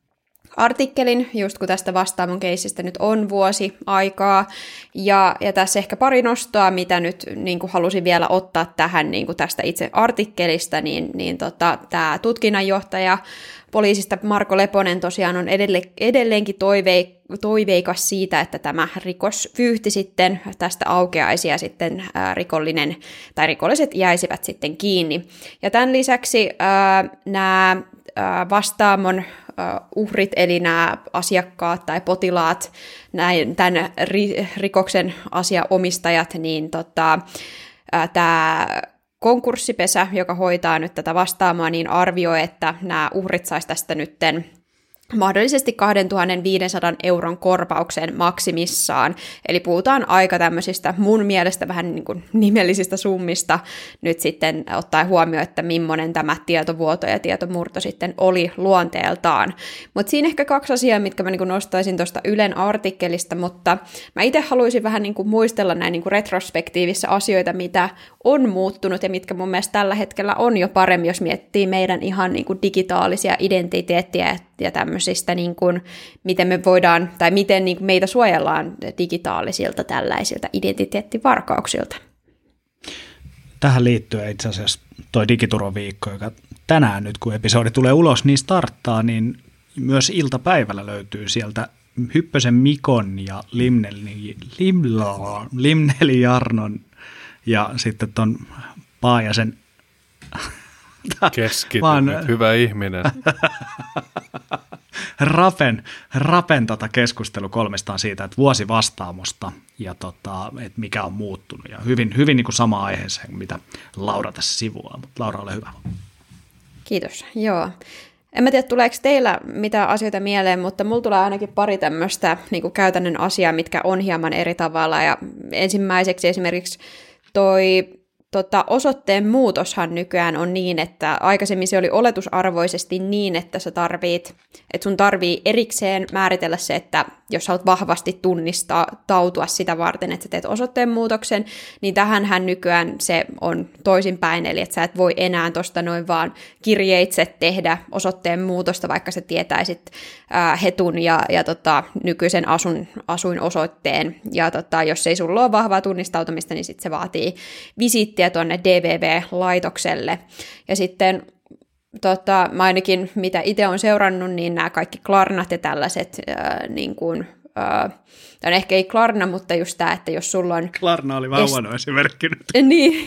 artikkelin, just kun tästä Vastaamon keissistä nyt on vuosi aikaa, ja, ja tässä ehkä pari nostoa, mitä nyt niin kuin halusin vielä ottaa tähän niin kuin tästä itse artikkelista, niin, niin tota, tämä tutkinnanjohtaja poliisista Marko Leponen tosiaan on edelle, edelleenkin toive, toiveikas siitä, että tämä rikosvyyhti sitten tästä aukeaisi ja sitten ää, rikollinen tai rikolliset jäisivät sitten kiinni. Ja tämän lisäksi ää, nämä ää, Vastaamon uhrit, eli nämä asiakkaat tai potilaat, näin, tämän rikoksen asiaomistajat, niin tota, tämä konkurssipesä, joka hoitaa nyt tätä Vastaamoa, niin arvioi, että nämä uhrit saisi tästä nytten mahdollisesti kaksituhattaviisisataa euron korvauksen maksimissaan. Eli puhutaan aika tämmöisistä mun mielestä vähän niin kuin nimellisistä summista nyt sitten ottaen huomioon, että millainen tämä tietovuoto ja tietomurto sitten oli luonteeltaan. Mutta siinä ehkä kaksi asiaa, mitkä mä niin kuin nostaisin tuosta Ylen artikkelista, mutta mä itse haluaisin vähän niin kuin muistella näin niin kuin retrospektiivissä asioita, mitä on muuttunut ja mitkä mun mielestä tällä hetkellä on jo paremmin, jos miettii meidän ihan niin kuin digitaalisia identiteettiä ja tämmöisistä, niin kuin, miten me voidaan, tai miten niin kuin meitä suojellaan digitaalisilta tällaisilta identiteettivarkauksilta. Tähän liittyen itse asiassa toi Digiturvaviikko, joka tänään nyt, kun episodi tulee ulos, niin starttaa, niin myös iltapäivällä löytyy sieltä Hyppösen Mikon ja Limneli, Limla, Limneli Jarnon ja sitten ton Paajasen Keskity, vaan hyvä ihminen. Rapen, rapen tota keskustelu kolmestaan siitä, että vuosi Vastaamosta ja tota, että mikä on muuttunut. Ja hyvin, hyvin niin kuin sama aiheeseen, mitä Laura tässä sivuaa. Mutta Laura, ole hyvä. Kiitos, joo. En mä tiedä, tuleeko teillä mitään asioita mieleen, mutta mulla tulee ainakin pari tämmöistä niin kuin käytännön asiaa, mitkä on hieman eri tavalla. Ja ensimmäiseksi esimerkiksi toi Tota, osoitteen muutoshan nykyään on niin, että aikaisemmin se oli oletusarvoisesti niin, että sä tarvit, että sun tarvii erikseen määritellä se, että jos sä haluat vahvasti tunnistaa, tautua sitä varten, että sä teet osoitteen muutoksen, niin tähänhän nykyään se on toisinpäin, eli että sä et voi enää tosta noin vaan kirjeitse tehdä osoitteen muutosta, vaikka sä tietäisit ää, hetun ja, ja tota, nykyisen asun, asuinosoitteen, ja tota, jos ei sulla ole vahvaa tunnistautumista, niin sit se vaatii visiittiä tuonne D V V-laitokselle. Ja sitten tota, mä ainakin mitä itse olen seurannut, niin nämä kaikki Klarnat ja tällaiset, ää, niin kuin, ää, tai ehkä ei Klarna, mutta just tämä, että jos sulla on... Klarna oli vaan huono esimerkki nyt. Niin,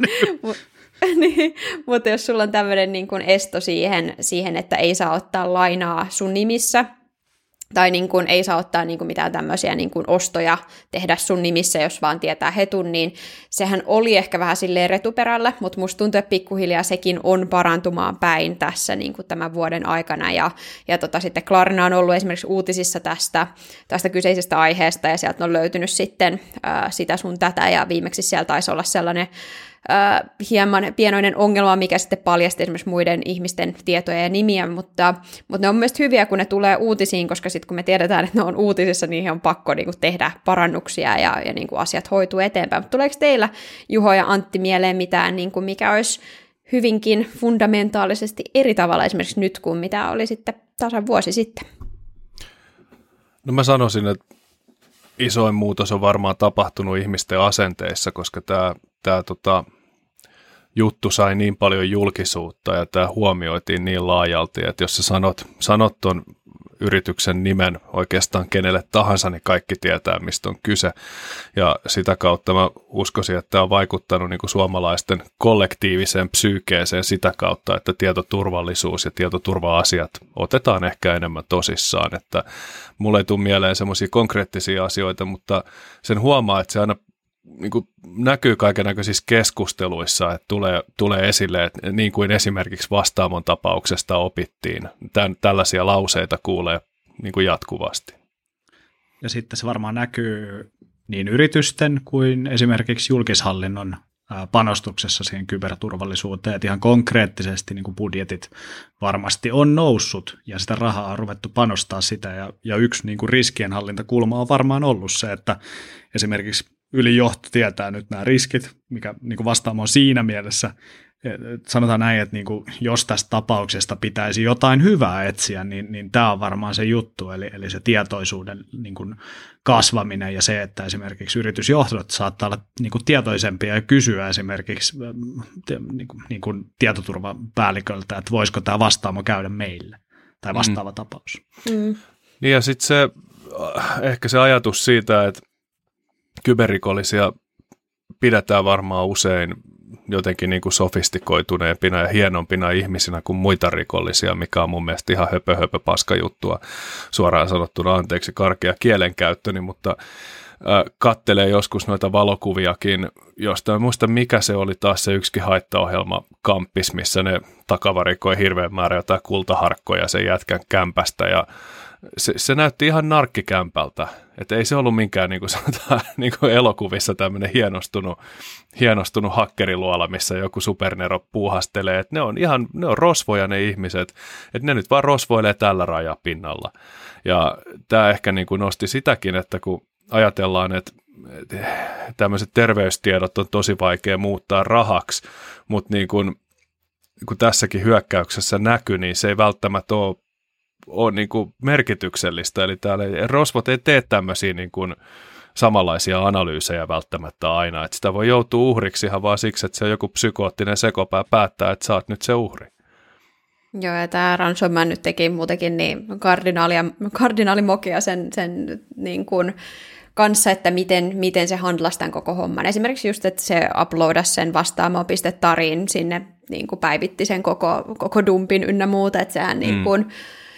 niin, mutta jos sulla on tämmöinen niin kuin esto siihen, siihen, että ei saa ottaa lainaa sun nimissä, tai niin kuin ei saa ottaa niin kuin mitään tämmöisiä niin kuin ostoja tehdä sun nimissä, jos vaan tietää hetun, niin sehän oli ehkä vähän silleen retuperällä, mutta musta tuntuu, että pikkuhiljaa sekin on parantumaan päin tässä niin kuin tämän vuoden aikana, ja, ja tota, sitten Klarna on ollut esimerkiksi uutisissa tästä, tästä kyseisestä aiheesta, ja sieltä on löytynyt sitten ää, sitä sun tätä, ja viimeksi siellä taisi olla sellainen Uh, hieman pienoinen ongelma, mikä sitten paljasti esimerkiksi muiden ihmisten tietoja ja nimiä, mutta, mutta ne on myös hyviä, kun ne tulee uutisiin, koska sitten kun me tiedetään, että ne on uutisissa, niin on pakko niin kuin tehdä parannuksia ja, ja niin kuin asiat hoituu eteenpäin. Mutta tuleeko teillä, Juho ja Antti, mieleen mitään, niin kuin mikä olisi hyvinkin fundamentaalisesti eri tavalla esimerkiksi nyt kuin mitä oli sitten tasan vuosi sitten? No mä sanoisin, että isoin muutos on varmaan tapahtunut ihmisten asenteissa, koska tämä, tämä tota, juttu sai niin paljon julkisuutta ja tämä huomioitiin niin laajalti, että jos sä sanot, sanot ton yrityksen nimen oikeastaan kenelle tahansa, niin kaikki tietää, mistä on kyse. Ja sitä kautta mä uskoisin, että tämä on vaikuttanut niin kuin suomalaisten kollektiiviseen psyykeeseen sitä kautta, että tietoturvallisuus ja tietoturva-asiat otetaan ehkä enemmän tosissaan. Että mulle ei tule mieleen semmoisia konkreettisia asioita, mutta sen huomaa, että se aina niin kuin näkyy kaikennäköisissä keskusteluissa, että tulee, tulee esille, että niin kuin esimerkiksi Vastaamon tapauksesta opittiin. Tän, tällaisia lauseita kuulee niin kuin jatkuvasti. Ja sitten se varmaan näkyy niin yritysten kuin esimerkiksi julkishallinnon panostuksessa siihen kyberturvallisuuteen, että ihan konkreettisesti niin kuin budjetit varmasti on noussut ja sitä rahaa on ruvettu panostaa sitä, ja, ja yksi niin kuin riskienhallintakulma on varmaan ollut se, että esimerkiksi ylijohto tietää nyt nämä riskit, mikä niin kuin Vastaamo on siinä mielessä sanotaan näin, että niin kuin, jos tästä tapauksesta pitäisi jotain hyvää etsiä, niin, niin tämä on varmaan se juttu, eli, eli se tietoisuuden niin kuin, kasvaminen ja se, että esimerkiksi yritysjohdot saattaa olla niin kuin, tietoisempia ja kysyä esimerkiksi niin kuin, niin kuin tietoturvapäälliköltä, että voisiko tämä vastaamo käydä meille tai vastaava mm. tapaus. Mm. Niin ja sitten se, ehkä se ajatus siitä, että kyberrikollisia pidetään varmaan usein jotenkin niin kuin sofistikoituneempina ja hienompina ihmisinä kuin muita rikollisia, mikä on mun mielestä ihan höpö, höpö paska juttua suoraan sanottuna, anteeksi karkea kielenkäyttöni, mutta äh, kattelee joskus noita valokuviakin, josta en muista mikä se oli taas se yksikin haittaohjelma Kampis, missä ne takavarikoi hirveän määrä jotain kultaharkkoja sen jätkän kämpästä ja Se, se näytti ihan narkkikämpältä, että ei se ollut minkään niin kuin sanotaan, niin kuin elokuvissa tämmöinen hienostunut, hienostunut hakkeriluola, missä joku supernero puuhastelee, että ne on ihan, ne on rosvoja ne ihmiset, että ne nyt vaan rosvoilee tällä rajapinnalla. Ja tämä ehkä niin kuin nosti sitäkin, että kun ajatellaan, että tämmöiset terveystiedot on tosi vaikea muuttaa rahaksi, mutta niin kuin, kun tässäkin hyökkäyksessä näkyy, niin se ei välttämättä ole on niin kuin merkityksellistä, eli täällä rosvot ei tee tämmöisiä niin kuin samanlaisia analyysejä välttämättä aina, että sitä voi joutua uhriksi ihan vaan siksi, että se joku psykoottinen sekopää päättää, että sä oot nyt se uhri. Joo, ja tämä Ransomman nyt teki muutenkin niin kardinaalia, kardinaalimokia sen, sen niin kuin kanssa, että miten, miten se handlasi tämän koko homman. Esimerkiksi just, että se uploadasi sen vastaamo.tarin sinne, niin kuin päivitti sen koko, koko dumpin ynnä muuta, että sehän mm. niin kuin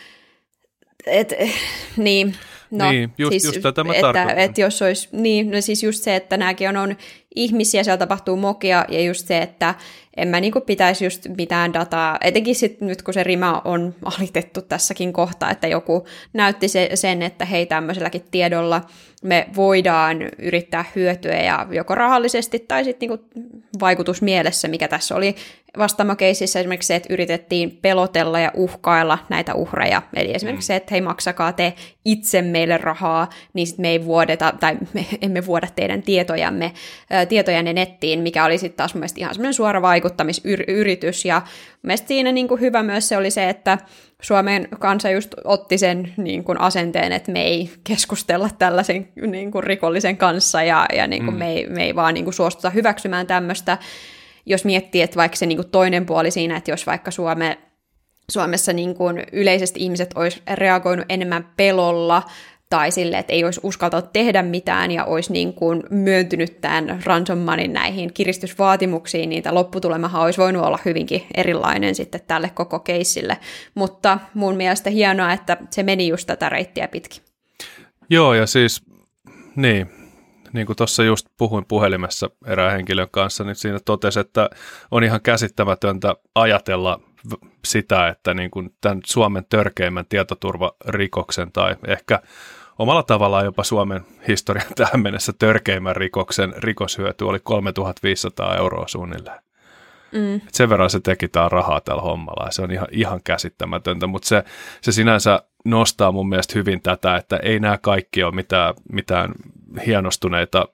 Et, niin, no, niin, just, siis, just tätä mä että, että jos olisi, niin, no siis just se, että nämäkin on, on ihmisiä, siellä tapahtuu mokia, ja just se, että en mä niin kuin pitäisi just mitään dataa, etenkin sit nyt kun se rima on alitettu tässäkin kohtaa, että joku näytti se, sen, että hei tämmöiselläkin tiedolla me voidaan yrittää hyötyä, ja joko rahallisesti tai sitten niin kuin vaikutusmielessä, mikä tässä oli vastaamokeississä esimerkiksi se, että yritettiin pelotella ja uhkailla näitä uhreja. Eli esimerkiksi se, että hei maksakaa te itse meille rahaa, niin sitten me ei vuodeta, tai me emme vuoda teidän tietojamme, ää, tietojanne nettiin, mikä oli sitten taas mun mielestä ihan semmoinen suora vaikuttamisyritys. Ja mielestäni siinä niin kuin hyvä myös se oli se, että Suomen kansa just otti sen niin kuin asenteen, että me ei keskustella tällaisen niin kuin rikollisen kanssa, ja, ja niin kuin mm. me, ei, me ei vaan niin kuin suostuta hyväksymään tämmöistä. Jos miettii, että vaikka se niin kuin toinen puoli siinä, että jos vaikka Suome, Suomessa niin kuin yleisesti ihmiset olisi reagoinut enemmän pelolla tai sille, että ei olisi uskaltanut tehdä mitään ja olisi niin kuin myöntynyt tämän Ransommanin näihin kiristysvaatimuksiin, niin tämä lopputulemahan olisi voinut olla hyvinkin erilainen sitten tälle koko keissille. Mutta mun mielestä hienoa, että se meni just tätä reittiä pitkin. Joo, ja siis niin. Niin kuin tuossa just puhuin puhelimessa erään henkilön kanssa, niin siinä totesi, että on ihan käsittämätöntä ajatella sitä, että niin kuin tämän Suomen törkeimmän tietoturvarikoksen tai ehkä omalla tavallaan jopa Suomen historian tähän mennessä törkeimmän rikoksen rikoshyöty oli kolmetuhattaviisisataa euroa suunnilleen. Mm. Sen verran se teki tämä rahaa tällä hommalla ja se on ihan, ihan käsittämätöntä, mutta se, se sinänsä nostaa mun mielestä hyvin tätä, että ei nämä kaikki ole mitään, mitään hienostuneita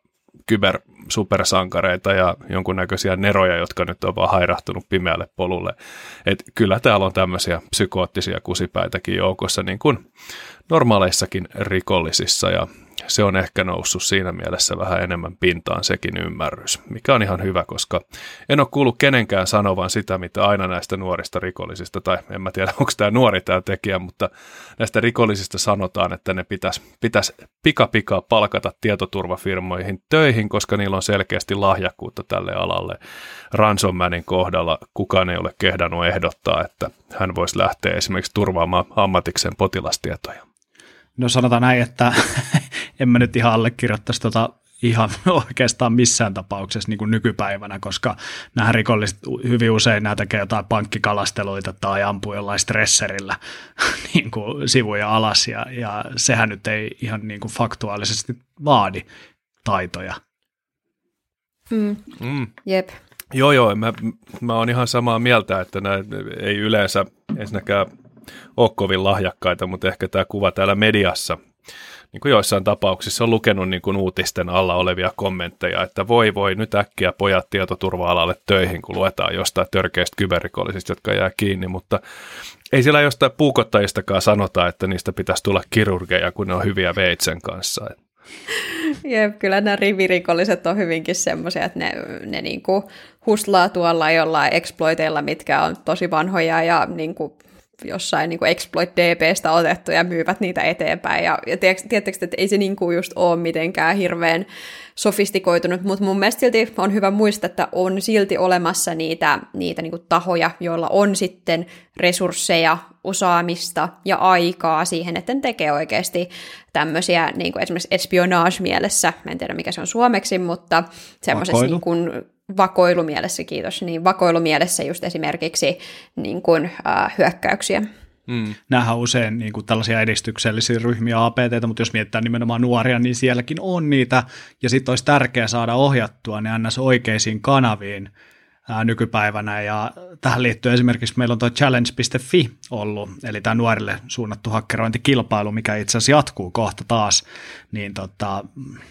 kybersupersankareita ja jonkunnäköisiä neroja, jotka nyt on vaan hairahtunut pimeälle polulle. Et kyllä täällä on tämmöisiä psykoottisia kusipäitäkin joukossa niin kuin normaaleissakin rikollisissa ja se on ehkä noussut siinä mielessä vähän enemmän pintaan sekin ymmärrys, mikä on ihan hyvä, koska en ole kuullut kenenkään sanovan sitä, mitä aina näistä nuorista rikollisista, tai en mä tiedä, onko tämä nuori tämä tekijä, mutta näistä rikollisista sanotaan, että ne pitäisi, pitäisi pika-pika palkata tietoturvafirmoihin töihin, koska niillä on selkeästi lahjakkuutta tälle alalle. Ransommanin kohdalla kukaan ei ole kehdannut ehdottaa, että hän voisi lähteä esimerkiksi turvaamaan ammatikseen potilastietoja. No sanotaan näin, että en mä nyt ihan allekirjoittaisi tota ihan oikeastaan missään tapauksessa niin kuin nykypäivänä, koska nämä rikolliset hyvin usein nämä tekee jotain pankkikalasteluita tai ampuu jollain stresserillä niin kuin sivuja alas, ja, ja sehän nyt ei ihan niin kuin faktuaalisesti vaadi taitoja. Mm. Mm. Jep. Joo, joo, mä, mä oon ihan samaa mieltä, että nämä ei yleensä ensinnäkään ole kovin lahjakkaita, mutta ehkä tämä kuva täällä mediassa niin kuin joissain tapauksissa on lukenut niin kuin uutisten alla olevia kommentteja, että voi voi nyt äkkiä pojat tietoturva-alalle töihin, kun luetaan jostain törkeistä kyberrikollisista, jotka jää kiinni, mutta ei siellä jostain puukottajistakaan sanota, että niistä pitäisi tulla kirurgeja, kun ne on hyviä veitsen kanssa. Jep, kyllä nämä rivirikolliset on hyvinkin semmoisia, että ne, ne niinku huslaa tuolla jollain exploiteilla, mitkä on tosi vanhoja ja niinku jossain niinku exploit D B:stä otettu ja myyvät niitä eteenpäin. Ja, ja tiedättekö, että ei se niinku just ole mitenkään hirveän sofistikoitunut, mutta mun mielestä silti on hyvä muistaa, että on silti olemassa niitä, niitä niinku tahoja, joilla on sitten resursseja, osaamista ja aikaa siihen, että ne tekee oikeasti tämmöisiä niinku esimerkiksi espionage-mielessä, mä en tiedä mikä se on suomeksi, mutta semmoisessa niin kuin vakoilumielessä, kiitos, niin vakoilumielessä just esimerkiksi niin kuin, äh, hyökkäyksiä. Mm. Nämähän on usein niin kuin tällaisia edistyksellisiä ryhmiä A P T:tä, mutta jos mietitään nimenomaan nuoria, niin sielläkin on niitä, ja sitten olisi tärkeää saada ohjattua ne ns. Oikeisiin kanaviin ää, nykypäivänä, ja tähän liittyy esimerkiksi meillä on tuo challenge piste fi ollut, eli tämä nuorille suunnattu hakkerointikilpailu, mikä itse asiassa jatkuu kohta taas, niin tota,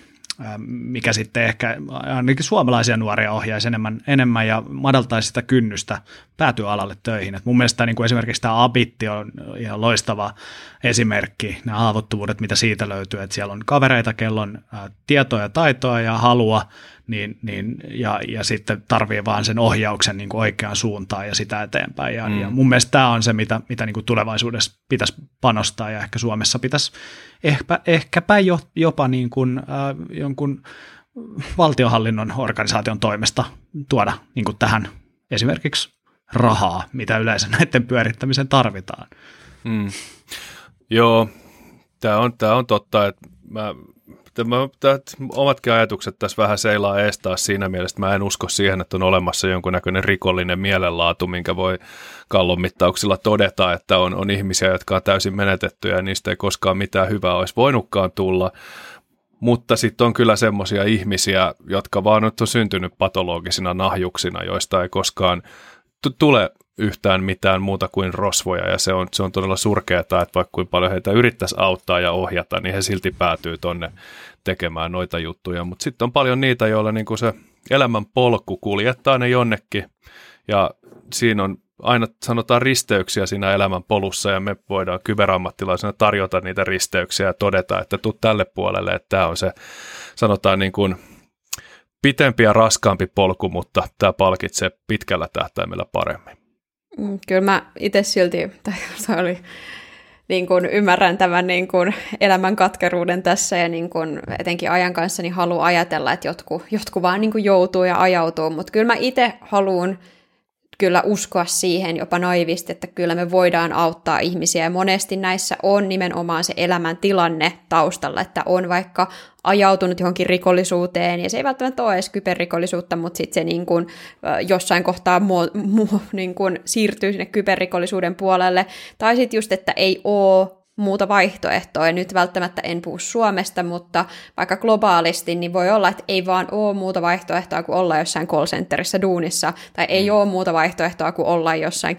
mikä sitten ehkä ainakin suomalaisia nuoria ohjaisi enemmän, enemmän ja madaltaisi sitä kynnystä päätyä alalle töihin. Et mun mielestä niin kuin esimerkiksi tämä Abitti on ihan loistava esimerkki, nämä haavoittuvuudet, mitä siitä löytyy, että siellä on kavereita, kello on tietoa ja taitoa ja halua, niin, niin, ja, ja sitten tarvii vaan sen ohjauksen niin kuin oikeaan suuntaan ja sitä eteenpäin. Ja, mm. ja mun mielestä tämä on se, mitä, mitä niin kuin tulevaisuudessa pitäisi panostaa, ja ehkä Suomessa pitäisi ehkä, ehkäpä jopa niin kuin, äh, jonkun valtionhallinnon organisaation toimesta tuoda niin kuin tähän esimerkiksi rahaa, mitä yleensä näiden pyörittämiseen tarvitaan. Mm. Joo, tämä on, tämä on totta, että mä Mä, tät, omatkin ajatukset tässä vähän seilaa ees taas siinä mielessä, että mä en usko siihen, että on olemassa jonkunnäköinen rikollinen mielenlaatu, minkä voi kallonmittauksilla todeta, että on, on ihmisiä, jotka on täysin menetettyjä ja niistä ei koskaan mitään hyvää olisi voinutkaan tulla. Mutta sitten on kyllä semmoisia ihmisiä, jotka vaan nyt on syntynyt patologisina nahjuksina, joista ei koskaan t- tule yhtään mitään muuta kuin rosvoja, ja se on, se on todella surkeaa, että vaikka kuinka paljon heitä yrittäisi auttaa ja ohjata, niin he silti päätyy tonne tekemään noita juttuja, mutta sitten on paljon niitä, joilla niinku se elämän polku kuljettaa ne jonnekin, ja siinä on aina sanotaan risteyksiä siinä elämän polussa, ja me voidaan kyberammattilaisena tarjota niitä risteyksiä ja todeta, että tuu tälle puolelle, että tämä on se, sanotaan niin kuin pitempi ja raskaampi polku, mutta tämä palkitsee pitkällä tähtäimellä paremmin. Kyllä mä itse silti, tai oli, niin kun ymmärrän tämän niin kun elämän katkeruuden tässä, ja niin kun etenkin ajan kanssa niin haluan ajatella, että jotkut, jotkut vaan niin kun joutuu ja ajautuu, mutta kyllä mä itse haluan kyllä uskoa siihen jopa naivisti, että kyllä me voidaan auttaa ihmisiä, ja monesti näissä on nimenomaan se elämäntilanne taustalla, että on vaikka ajautunut johonkin rikollisuuteen, ja se ei välttämättä ole edes kyberrikollisuutta, mutta sitten se niin kuin, jossain kohtaa muu, muu, niin kuin siirtyy sinne kyberrikollisuuden puolelle, tai sitten just, että ei ole muuta vaihtoehtoa, ja nyt välttämättä en puhu Suomesta, mutta vaikka globaalisti, niin voi olla, että ei vaan ole muuta vaihtoehtoa kuin olla jossain call centerissä duunissa, tai ei ole muuta vaihtoehtoa kuin olla jossain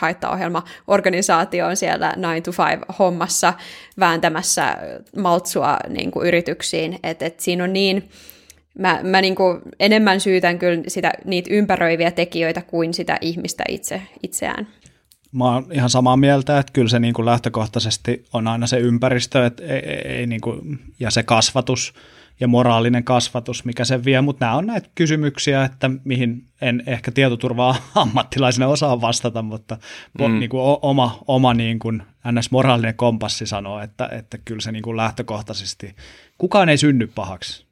kiristyshaittaohjelma-organisaatioon siellä nine to five hommassa vääntämässä maltsua niin kuin yrityksiin, että et siinä on niin, mä, mä niin kuin enemmän syytän kyllä sitä, niitä ympäröiviä tekijöitä kuin sitä ihmistä itse, itseään. Mä oon ihan samaa mieltä, että kyllä se niin kuin lähtökohtaisesti on aina se ympäristö et ei, ei niin kuin, ja se kasvatus ja moraalinen kasvatus, mikä sen vie, mutta nämä on näitä kysymyksiä, että mihin en ehkä tietoturvaa ammattilaisena osaa vastata, mutta mm. niin kuin oma, oma niin kuin ns. Moraalinen kompassi sanoo, että, että kyllä se niin kuin lähtökohtaisesti, kukaan ei synny pahaksi.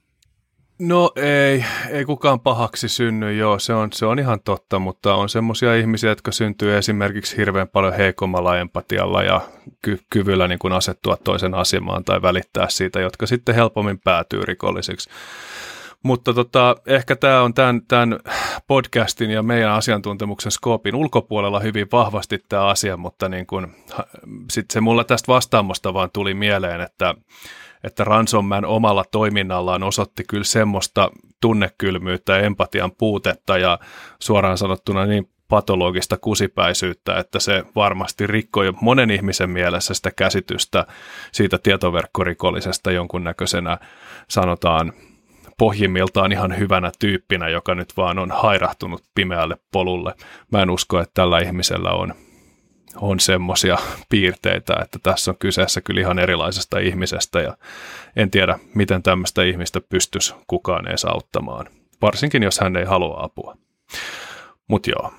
No ei, ei kukaan pahaksi synny, joo, se on, se on ihan totta, mutta on semmoisia ihmisiä, jotka syntyy esimerkiksi hirveän paljon heikommalla empatialla ja ky- kyvyllä niin kuin asettua toisen asemaan tai välittää siitä, jotka sitten helpommin päätyy rikollisiksi. Mutta tota, ehkä tämä on tämän, tämän podcastin ja meidän asiantuntemuksen skoopin ulkopuolella hyvin vahvasti tämä asia, mutta niin kun, sit se mulla tästä vastaamosta vaan tuli mieleen, että että Ransom Man omalla toiminnallaan osoitti kyllä semmoista tunnekylmyyttä ja empatian puutetta ja suoraan sanottuna niin patologista kusipäisyyttä, että se varmasti rikkoi monen ihmisen mielessä sitä käsitystä siitä tietoverkkorikollisesta jonkunnäköisenä, sanotaan pohjimmiltaan ihan hyvänä tyyppinä, joka nyt vaan on hairahtunut pimeälle polulle. Mä en usko, että tällä ihmisellä on, on semmoisia piirteitä, että tässä on kyseessä kyllä ihan erilaisesta ihmisestä ja en tiedä, miten tämmöistä ihmistä pystyisi kukaan edes auttamaan, varsinkin jos hän ei halua apua. Mut joo.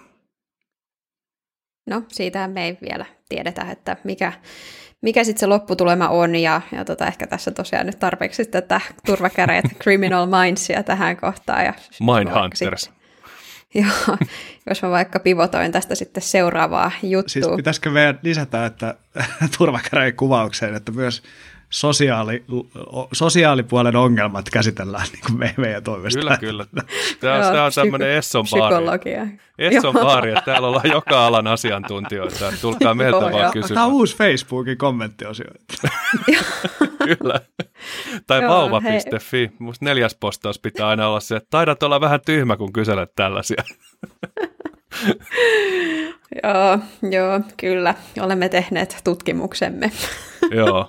No, siitähän me ei vielä tiedetä, että mikä, mikä sitten se lopputulema on, ja, ja tota, ehkä tässä tosiaan nyt tarpeeksi tätä turvakäreet Criminal Mindsia tähän kohtaan. Ja Mindhunters. Joo, jos mä vaikka pivotoin tästä sitten seuraavaa juttua. Siis pitäisikö meidän lisätä, että turvakäreen kuvaukseen, että myös sosiaali, sosiaalipuolen ongelmat käsitellään niin kuin me, meidän toimesta. Kyllä, kyllä. Tämä on, Joo, tämä on tämmöinen Esson baari. Psykologia. Esson baari, että täällä ollaan joka alan asiantuntijoita. Tulkaa meiltä Joo, vaan kysymään. Tämä on uusi Facebookin kommenttiosio. Kyllä. Tai vauva piste fi. Musta neljäs postaus pitää aina olla se, että taidat olla vähän tyhmä, kun kyselet tällaisia. Joo, joo, kyllä. Olemme tehneet tutkimuksemme. Joo.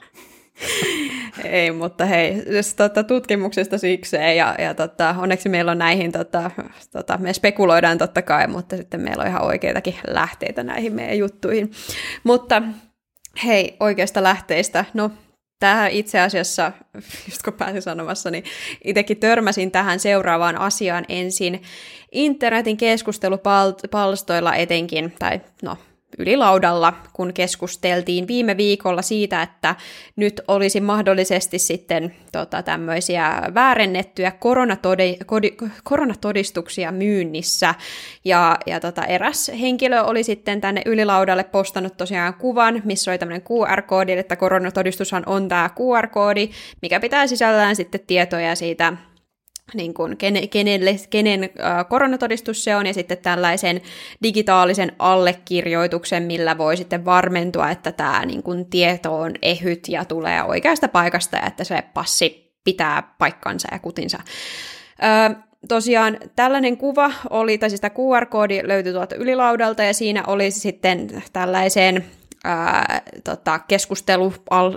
Ei, mutta hei, jos, tota, tutkimuksesta sikseen ja, ja tota, onneksi meillä on näihin, tota, tota, me spekuloidaan totta kai, mutta sitten meillä on ihan oikeitakin lähteitä näihin meidän juttuihin. Mutta hei, oikeasta lähteistä, no tähän itse asiassa, just kun pääsin sanomassa, niin itsekin törmäsin tähän seuraavaan asiaan ensin internetin keskustelupalstoilla etenkin, tai no ylilaudalla, kun keskusteltiin viime viikolla siitä, että nyt olisi mahdollisesti sitten tota, tämmöisiä väärennettyjä koronatodi, kodi, koronatodistuksia myynnissä, ja, ja tota, eräs henkilö oli sitten tänne ylilaudalle postannut tosiaan kuvan, missä oli tämmöinen Q R-koodi, että koronatodistushan on tämä Q R-koodi, mikä pitää sisällään sitten tietoja siitä, niin kuin kenen, kenelle, kenen äh, koronatodistus se on, ja sitten tällaisen digitaalisen allekirjoituksen, millä voi sitten varmentua, että tämä niin kuin tieto on ehyt ja tulee oikeasta paikasta, ja että se passi pitää paikkansa ja kutinsa. Ö, tosiaan tällainen kuva oli, tai siis tämä Q R-koodi löytyi tuolta ylilaudalta, ja siinä oli sitten tällaiseen ää, tota, keskustelu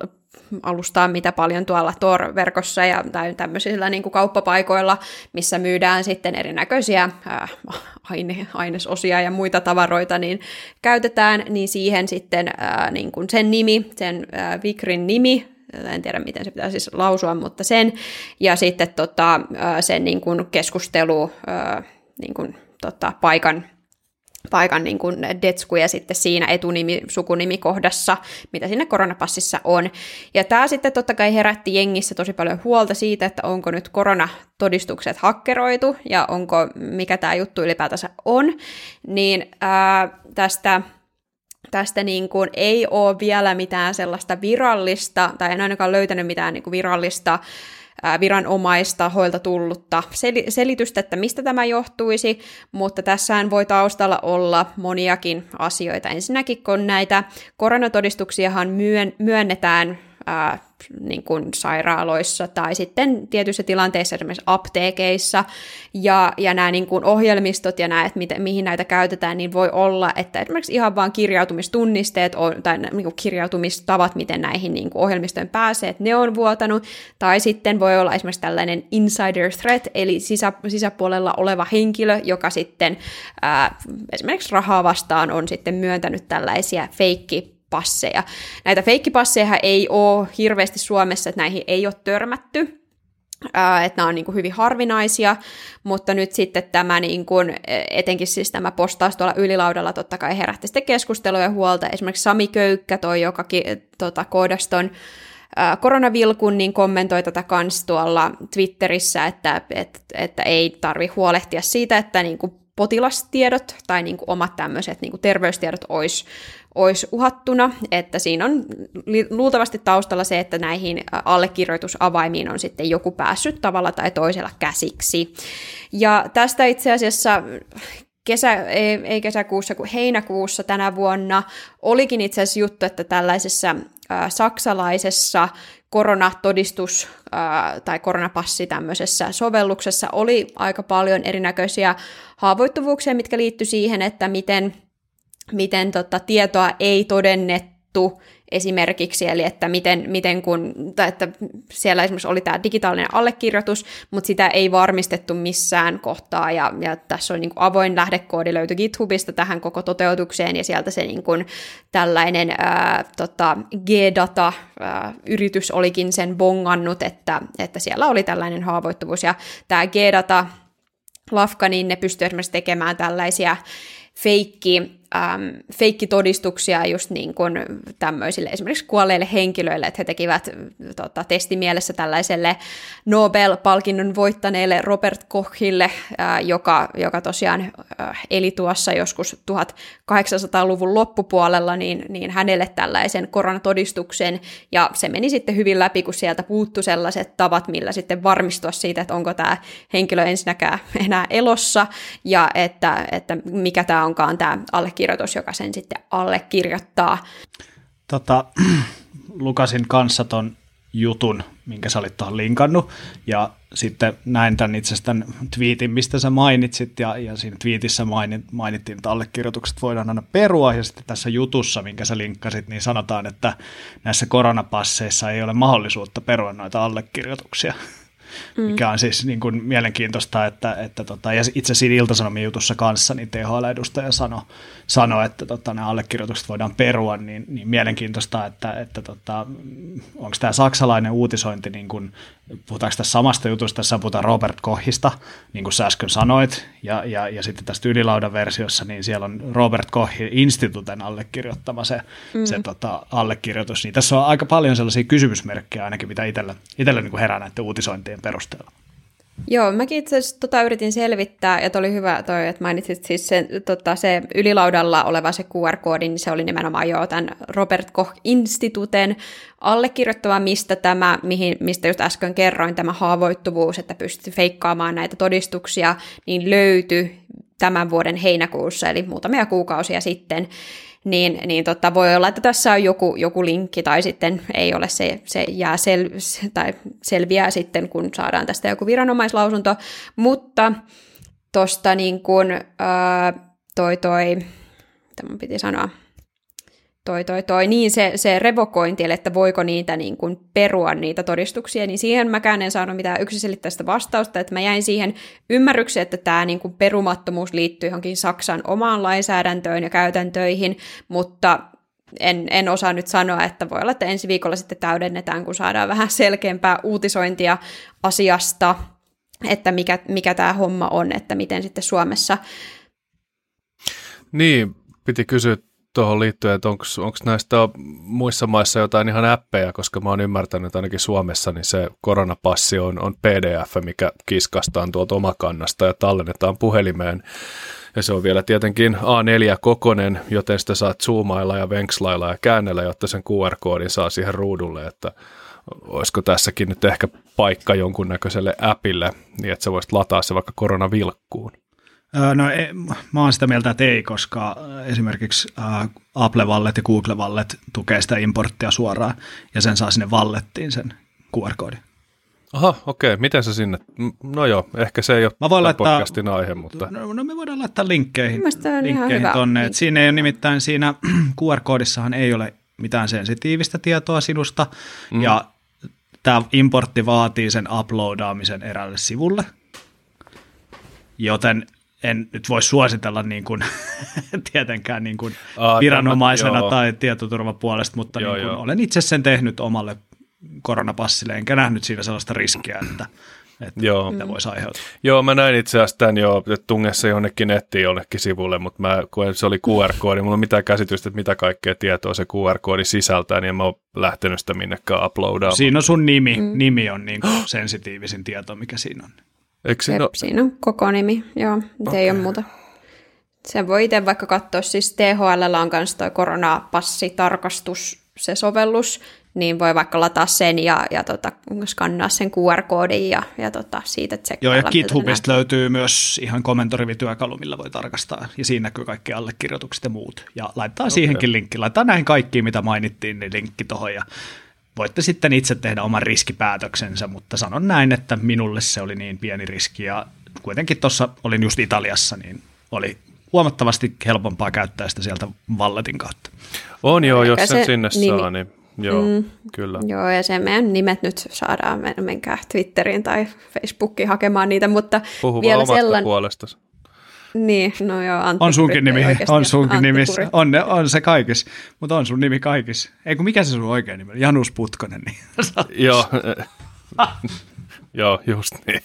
alustaa, mitä paljon tuolla Tor-verkossa ja tai tämmöisillä niin kuin kauppapaikoilla, missä myydään sitten erinäköisiä ää, aine, ainesosia ja muita tavaroita, niin käytetään, niin siihen sitten ää, niin kuin sen nimi, sen ää, Vikrin nimi, en tiedä miten se pitää siis lausua, mutta sen, ja sitten tota, ää, sen niin kuin keskustelu ää, niin kuin, tota, paikan paikan niin kuin detsku ja sitten siinä etunimi, sukunimikohdassa, mitä siinä koronapassissa on. Ja tämä sitten totta kai herätti jengissä tosi paljon huolta siitä, että onko nyt koronatodistukset hakkeroitu ja onko, mikä tämä juttu ylipäätänsä on. Niin ää, tästä, tästä niin kuin ei ole vielä mitään sellaista virallista, tai en ainakaan löytänyt mitään niin kuin virallista viranomaistahoilta tullutta selitystä, että mistä tämä johtuisi, mutta tässähän voi taustalla olla moniakin asioita. Ensinnäkin, kun näitä koronatodistuksiahan myönnetään ää, niin kuin sairaaloissa tai sitten tietyissä tilanteissa esimerkiksi apteekeissa, ja, ja nämä niin kuin ohjelmistot ja nämä, että mit, mihin näitä käytetään, niin voi olla, että esimerkiksi ihan vaan kirjautumistunnisteet on, tai niin kuin kirjautumistavat, miten näihin niin kuin ohjelmistojen pääsee, että ne on vuotanut, tai sitten voi olla esimerkiksi tällainen insider threat, eli sisä, sisäpuolella oleva henkilö, joka sitten ää, esimerkiksi rahaa vastaan on sitten myöntänyt tällaisia feikki passeja. Näitä feikkipasseja ei ole hirveästi Suomessa, että näihin ei ole törmätty, ää, että nämä on niin kuin hyvin harvinaisia, mutta nyt sitten tämä, niin kuin, etenkin siis tämä postaus tuolla ylilaudalla totta kai herätti sitten keskustelua ja huolta. Esimerkiksi Sami Köykkä, toi joka tota, koodaston koronavilkun, niin kommentoi tätä kans tuolla Twitterissä, että, että, että ei tarvitse huolehtia siitä, että niin kuin potilastiedot tai niin kuin omat tämmöiset niin kuin terveystiedot olisi olisi uhattuna, että siinä on luultavasti taustalla se, että näihin allekirjoitusavaimiin on sitten joku päässyt tavalla tai toisella käsiksi. Ja tästä itse asiassa kesä, ei, ei kesäkuussa, kuin heinäkuussa tänä vuonna olikin itse asiassa juttu, että tällaisessa ä, saksalaisessa koronatodistus ää, tai koronapassi tämmöisessä sovelluksessa oli aika paljon erinäköisiä haavoittuvuuksia, mitkä liittyi siihen, että miten, miten tota, tietoa ei todennettu esimerkiksi, eli että miten, miten kun, tai että siellä esimerkiksi oli tämä digitaalinen allekirjoitus, mutta sitä ei varmistettu missään kohtaa, ja, ja tässä on niin kuin avoin lähdekoodi löytyi GitHubista tähän koko toteutukseen, ja sieltä se niin kuin tällainen ää, tota, G-data-yritys olikin sen bongannut, että, että siellä oli tällainen haavoittuvuus, ja tämä G-data-lafka, niin ne pystyy esimerkiksi tekemään tällaisia feikki, ähm, feikkitodistuksia just niin kuin tämmöisille esimerkiksi kuolleille henkilöille, että he tekivät tota, testimielessä tällaiselle Nobel-palkinnon voittaneelle Robert Kochille, äh, joka, joka tosiaan äh, eli tuossa joskus tuhatkahdeksansataaluvun loppupuolella, niin, niin hänelle tällaisen koronatodistuksen, ja se meni sitten hyvin läpi, kun sieltä puuttui sellaiset tavat, millä sitten varmistua siitä, että onko tämä henkilö ensinnäkään enää elossa, ja että, että mikä tämä onkaan tämä allekirjoitus, joka sen sitten allekirjoittaa. Tota, lukasin kanssa ton jutun, minkä sä olit tuohon linkannut, ja sitten näin tämän itse asiassa tämän twiitin, mistä sä mainitsit, ja, ja siinä twiitissä mainit, mainittiin, että allekirjoitukset voidaan aina perua, ja sitten tässä jutussa, minkä sä linkkasit, niin sanotaan, että näissä koronapasseissa ei ole mahdollisuutta perua noita allekirjoituksia. Mm. Mikä on siis niin kuin mielenkiintoista, että, että tota, ja itse siinä Ilta-Sanomien jutussa kanssa niin T H L-edustaja sanoi, sano, että tota, nämä allekirjoitukset voidaan perua, niin, niin mielenkiintoista, että, että tota, onko tämä saksalainen uutisointi, niin kuin, puhutaanko tässä samasta jutusta, tässä puhutaan Robert Kochista, niin kuin sä äsken sanoit, ja, ja, ja sitten tästä ylilaudan versiossa, niin siellä on Robert Kochin instituutin allekirjoittama se, mm. se tota, allekirjoitus, niin tässä on aika paljon sellaisia kysymysmerkkejä ainakin, mitä itsellä, itsellä niin kuin herää näiden uutisointien perusteella. Joo, mäkin itse asiassa tota yritin selvittää, ja oli hyvä toi, että mainitsit siis sen, tota, se ylilaudalla oleva se Q R-koodi, niin se oli nimenomaan jo tämän Robert Koch-instituuten allekirjoittava, mistä tämä, mihin, mistä just äsken kerroin, tämä haavoittuvuus, että pystyy feikkaamaan näitä todistuksia, niin löytyi tämän vuoden heinäkuussa, eli muutamia kuukausia sitten. Niin, niin tota, voi olla, että tässä on joku, joku linkki, tai sitten ei ole, se, se jää sel, tai selviää sitten, kun saadaan tästä joku viranomaislausunto, mutta tuosta niin kuin ää, toi toi, mitä mun piti sanoa, toi toi toi, niin se, se revokointi, eli että voiko niitä niin kuin perua niitä todistuksia, niin siihen mäkään en saanut mitään yksiselitteistä vastausta, että mä jäin siihen ymmärrykseen, että tämä niin kuin perumattomuus liittyy johonkin Saksan omaan lainsäädäntöön ja käytäntöihin, mutta en, en osaa nyt sanoa, että voi olla, että ensi viikolla sitten täydennetään, kun saadaan vähän selkeämpää uutisointia asiasta, että mikä, mikä tämä homma on, että miten sitten Suomessa. Niin, piti kysyä tuohon liittyen, että onko näistä muissa maissa jotain ihan appeja, koska mä oon ymmärtänyt, että ainakin Suomessa niin se koronapassi on, on P D F, mikä kiskastaan tuolta omakannasta ja tallennetaan puhelimeen. Ja se on vielä tietenkin A neljä kokonen, joten sitä saat zoomailla ja venkslailla ja käännellä, jotta sen Q R-koodin saa siihen ruudulle, että olisiko tässäkin nyt ehkä paikka jonkunnäköiselle appille, niin että sä voisit lataa se vaikka koronavilkkuun. No ei, mä oon sitä mieltä, että ei, koska esimerkiksi äh, Apple Wallet ja Google Wallet tukee sitä importtia suoraan, ja sen saa sinne wallettiin sen Q R-koodin. Aha, okei. Okay. Miten se sinne? No joo, ehkä se ei ole mä voin laittaa, podcastin aihe, mutta... No, no me voidaan laittaa linkkeihin, linkkeihin tonne. Et siinä ei ole nimittäin, siinä Q R-koodissahan ei ole mitään sensitiivistä tietoa sinusta, mm. ja tämä importti vaatii sen uploadaamisen eräälle sivulle, joten en nyt voi suositella niin kuin, tietenkään niin kuin ah, viranomaisena tämän, tai tietoturvapuolesta, mutta joo, niin kuin olen itse sen tehnyt omalle koronapassille, enkä nähnyt siinä sellaista riskiä, että, että joo. mitä voisi aiheuttaa. Joo, mä näin itse asiassa tämän jo, että tungessa jonnekin nettiin jollekin sivulle, mutta mä, kun se oli Q R-koodi, mulla on mitään käsitystä, että mitä kaikkea tietoa se Q R-koodi sisältää, niin en mä ole lähtenyt sitä minnekään uploadaamaan. Siinä on sun nimi, mm. nimi on niin kuin sensitiivisin tieto, mikä siinä on. Siinä, Jep, siinä on koko nimi, joo, okay. Ei ole muuta. Sen voi itse vaikka katsoa, siis T H L:llä on myös tuo koronapassitarkastus, se sovellus, niin voi vaikka lataa sen ja, ja tota, skannaa sen Q R-koodin ja, ja tota, siitä tsekkailla. Joo, ja GitHubista löytyy myös ihan kommentorivityökalu, millä voi tarkastaa, ja siinä näkyy kaikki allekirjoitukset ja muut. Ja laittaa okay. siihenkin linkki, laittaa näihin kaikkiin, mitä mainittiin, niin linkki tuohon, ja voitte sitten itse tehdä oman riskipäätöksensä, mutta sanon näin, että minulle se oli niin pieni riski ja kuitenkin tuossa olin just Italiassa, niin oli huomattavasti helpompaa käyttää sitä sieltä Walletin kautta. On joo, jos sen se sinne nimi, saa, niin joo, mm, kyllä. Joo, ja se meidän nimet nyt saadaan, menkää Twitteriin tai Facebookiin hakemaan niitä, mutta puhu vielä omasta sellan... puolestasi. Niin, no joo, on sunkin nimi, on sunkin nimissä, on, on se kaikissa, mutta on sun nimi kaikissa. Ei kun mikä se sun oikein nimi on? Janus Putkonen. Niin. Joo, joo, just niin.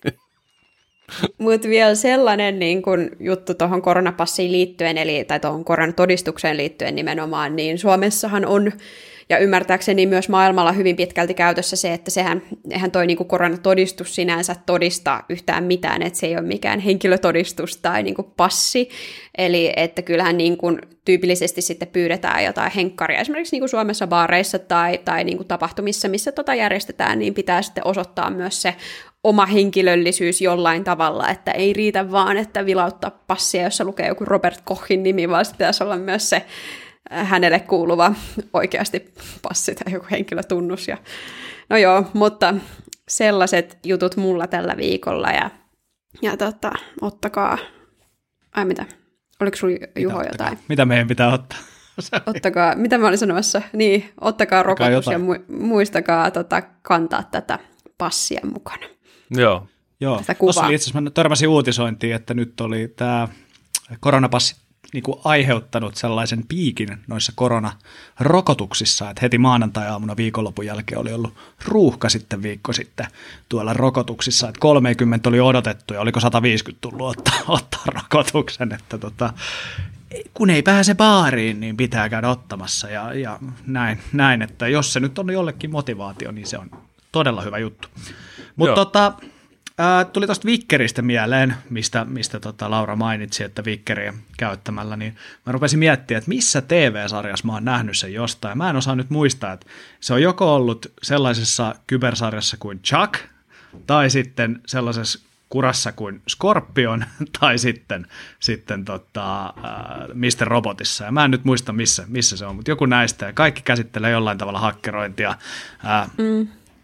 Mutta vielä sellainen niin kun juttu tuohon koronapassiin liittyen, eli, tai tuohon koronatodistukseen liittyen nimenomaan, niin Suomessahan on, ja ymmärtääkseni myös maailmalla hyvin pitkälti käytössä se, että sehän, eihän toi niin kuin koronatodistus sinänsä todista yhtään mitään, että se ei ole mikään henkilötodistus tai niin kuin passi, eli että kyllähän niin kuin tyypillisesti sitten pyydetään jotain henkkaria, esimerkiksi niin kuin Suomessa baareissa tai, tai niin kuin tapahtumissa, missä tota järjestetään, niin pitää sitten osoittaa myös se oma henkilöllisyys jollain tavalla, että ei riitä vaan, että vilauttaa passia, jossa lukee joku Robert Kochin nimi, vaan sitten pitäisi olla myös se hänelle kuuluva oikeasti passi tai joku henkilötunnus. Ja... No joo, mutta sellaiset jutut mulla tällä viikolla ja, ja tota, ottakaa, ai mitä, oliko sulla Juho mitä jotain? Mitä meidän pitää ottaa? Ottakaa, mitä mä olin sanomassa? Niin, ottakaa rokotus ja mu- muistakaa tota, kantaa tätä passia mukana. Joo. Joo, tuossa oli itse asiassa, mä törmäsin uutisointiin, että nyt oli tämä koronapassi niin kuin aiheuttanut sellaisen piikin noissa koronarokotuksissa, että heti maanantai-aamuna viikonlopun jälkeen oli ollut ruuhka sitten viikko sitten tuolla rokotuksissa, että kolmekymmentä oli odotettu ja oliko sata viisikymmentä tullut ottaa, ottaa rokotuksen, että tota, kun ei pääse baariin, niin pitää käydä ottamassa ja, ja näin, näin, että jos se nyt on jollekin motivaatio, niin se on todella hyvä juttu. Mutta tota, tuli tuosta Vickeristä mieleen, mistä, mistä tota Laura mainitsi, että Vickeriä käyttämällä, niin mä rupesin miettimään, että missä T V-sarjassa mä oon nähnyt sen jostain. Mä en osaa nyt muistaa, että se on joko ollut sellaisessa kybersarjassa kuin Chuck, tai sitten sellaisessa kurassa kuin Scorpion, tai sitten, sitten tota, mister Robotissa. Ja mä en nyt muista, missä, missä se on, mutta joku näistä, ja kaikki käsittelee jollain tavalla hakkerointia. Ää, mm.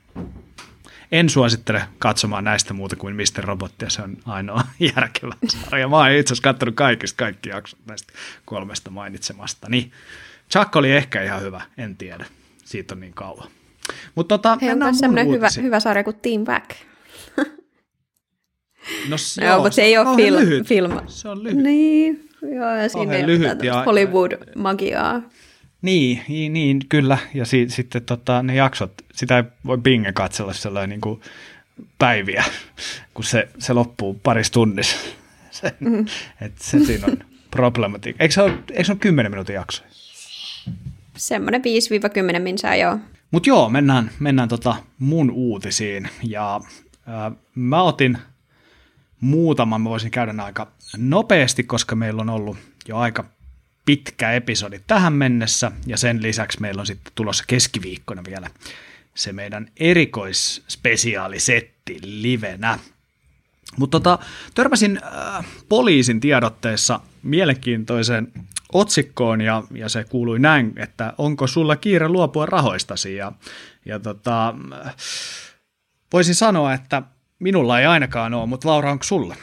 En suosittele katsomaan näistä muuta kuin mister Robottia, se on ainoa järkevä sarja. Mä oon itse asiassa katsonut kaikista kaikki jaksot näistä kolmesta mainitsemasta. Niin Chuck oli ehkä ihan hyvä, en tiedä. Siitä on niin kauan. Mutta tota, hei, on semmoinen hyvä, hyvä sarja kuin Team Back. No, no joo, mutta se ei ole film, lyhyt. film. Se on lyhyt. Niin, joo, ja siinä ei lyhyt ole ja Hollywood-magiaa. Niin, niin, niin, kyllä. Ja si, sitten tota, ne jaksot, sitä ei voi binge katsella sellainen niin kuin päiviä, kun se, se loppuu parissa tunnissa. Se, mm. että se siinä on problematiikka. Eikö se ole, eikö se ole kymmenen minuutin jaksoja? Semmoinen viisi kymmenen minsaa, joo. Mutta joo, mennään, mennään tota mun uutisiin. Ja äh, mä otin muutaman, mä voisin käydä aika nopeasti, koska meillä on ollut jo aika pitkä episodi tähän mennessä, ja sen lisäksi meillä on sitten tulossa keskiviikkona vielä se meidän erikoisspesiaalisetti livenä. Mutta tota, törmäsin äh, poliisin tiedotteessa mielenkiintoiseen otsikkoon, ja, ja se kuului näin, että onko sulla kiire luopua rahoistasi, ja, ja tota, äh, voisin sanoa, että minulla ei ainakaan ole, mutta Laura, onko sulla?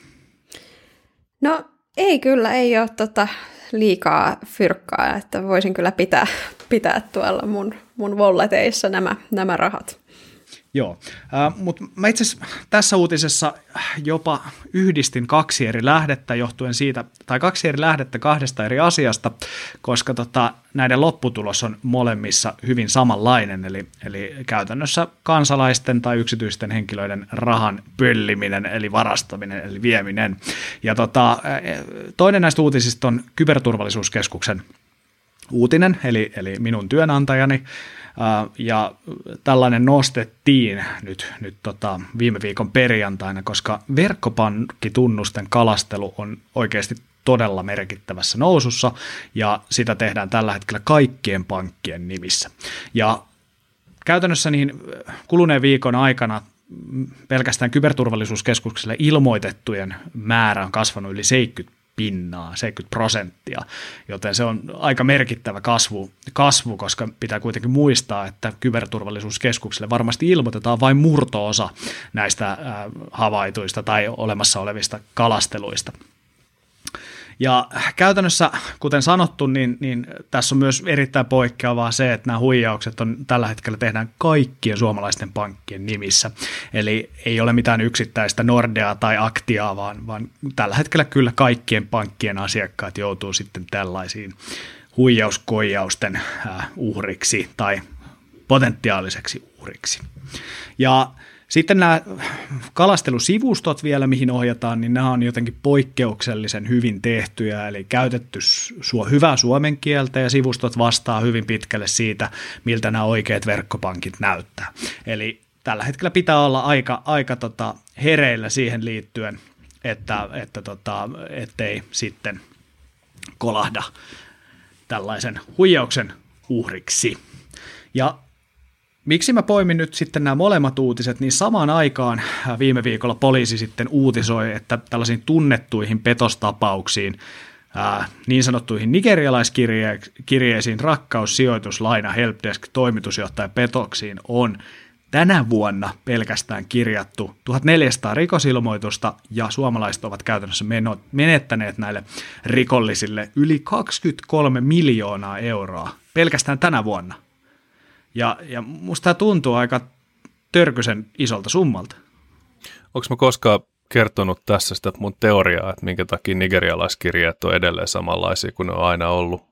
No ei kyllä, ei ole tota liikaa fyrkkaa, että voisin kyllä pitää, pitää tuolla mun, mun walleteissa nämä, nämä rahat. Joo, äh, mutta mä itse asiassa tässä uutisessa jopa yhdistin kaksi eri lähdettä johtuen siitä, tai kaksi eri lähdettä kahdesta eri asiasta, koska tota, näiden lopputulos on molemmissa hyvin samanlainen, eli, eli käytännössä kansalaisten tai yksityisten henkilöiden rahan pölliminen, eli varastaminen, eli vieminen. Ja tota, toinen näistä uutisista on Kyberturvallisuuskeskuksen uutinen, eli, eli minun työnantajani, ja tällainen nostettiin nyt, nyt tota viime viikon perjantaina, koska verkkopankkitunnusten kalastelu on oikeasti todella merkittävässä nousussa, ja sitä tehdään tällä hetkellä kaikkien pankkien nimissä. Ja käytännössä niin kuluneen viikon aikana pelkästään Kyberturvallisuuskeskukselle ilmoitettujen määrä on kasvanut yli seitsemänkymmentä pinnaa, seitsemänkymmentä prosenttia, joten se on aika merkittävä kasvu, kasvu, koska pitää kuitenkin muistaa, että kyberturvallisuuskeskukselle varmasti ilmoitetaan vain murto-osa näistä havaituista tai olemassa olevista kalasteluista. Ja käytännössä, kuten sanottu, niin, niin tässä on myös erittäin poikkeavaa se, että nämä huijaukset on tällä hetkellä tehdään kaikkien suomalaisten pankkien nimissä. Eli ei ole mitään yksittäistä Nordeaa tai Aktiaa, vaan, vaan tällä hetkellä kyllä kaikkien pankkien asiakkaat joutuu sitten tällaisiin huijauskoijausten uhriksi tai potentiaaliseksi uhriksi. Ja sitten nämä kalastelusivustot vielä, mihin ohjataan, niin nämä on jotenkin poikkeuksellisen hyvin tehtyjä, eli käytetty su- hyvää suomen kieltä ja sivustot vastaa hyvin pitkälle siitä, miltä nämä oikeat verkkopankit näyttää. Eli tällä hetkellä pitää olla aika, aika tota hereillä siihen liittyen, että, että tota, ettei sitten kolahda tällaisen huijauksen uhriksi. Ja miksi mä poimin nyt sitten nämä molemmat uutiset, niin samaan aikaan viime viikolla poliisi sitten uutisoi, että tällaisiin tunnettuihin petostapauksiin, niin sanottuihin nigerialaiskirjeisiin, rakkaus, sijoitus, laina, helpdesk, toimitusjohtaja petoksiin on tänä vuonna pelkästään kirjattu tuhatneljäsataa rikosilmoitusta ja suomalaiset ovat käytännössä menettäneet näille rikollisille yli kaksikymmentäkolme miljoonaa euroa pelkästään tänä vuonna. Ja, ja musta tämä tuntuu aika törkysen isolta summalta. Onko mä koskaan kertonut tässä sitä mun teoriaa, että minkä takia nigerialaiskirjeet on edelleen samanlaisia kuin ne on aina ollut?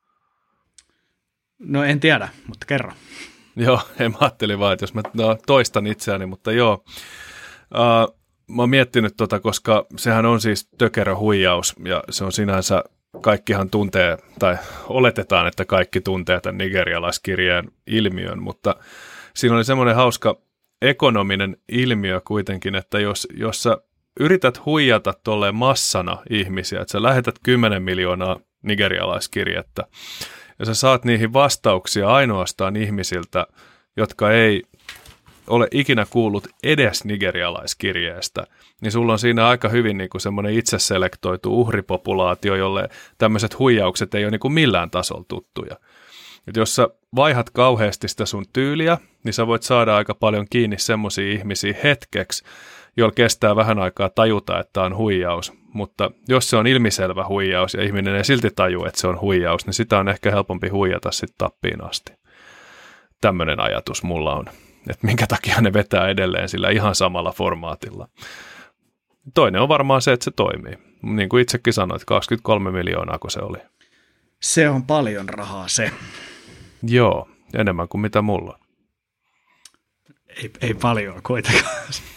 No en tiedä, mutta kerro. Joo, en mä ajattelin vaan, että jos mä no, toistan itseäni, mutta joo. Uh, mä oon miettinyt tota, koska sehän on siis tökerö huijaus ja se on sinänsä, kaikkihan tuntee, tai oletetaan, että kaikki tuntee tämän nigerialaiskirjeen ilmiön, mutta siinä oli semmoinen hauska ekonominen ilmiö kuitenkin, että jos, jos sä yrität huijata tolleen massana ihmisiä, että sä lähetät kymmenen miljoonaa nigerialaiskirjettä, ja sä saat niihin vastauksia ainoastaan ihmisiltä, jotka ei ole ikinä kuullut edes nigerialaiskirjeestä, niin sulla on siinä aika hyvin niin kuin semmoinen itseselektoitu uhripopulaatio, jolle tämmöiset huijaukset ei ole niin kuin millään tasolla tuttuja. Et jos sä vaihat kauheasti sitä sun tyyliä, niin sä voit saada aika paljon kiinni semmoisia ihmisiä hetkeksi, joilla kestää vähän aikaa tajuta, että on huijaus. Mutta jos se on ilmiselvä huijaus ja ihminen ei silti taju, että se on huijaus, niin sitä on ehkä helpompi huijata sitten tappiin asti. Tämmöinen ajatus mulla on, että minkä takia ne vetää edelleen sillä ihan samalla formaatilla. Toinen on varmaan se, että se toimii. Niin kuin itsekin sanoit, kaksikymmentäkolme miljoonaa kun se oli. Se on paljon rahaa se. Joo, enemmän kuin mitä mulla on. Ei, ei paljon kuitenkaan.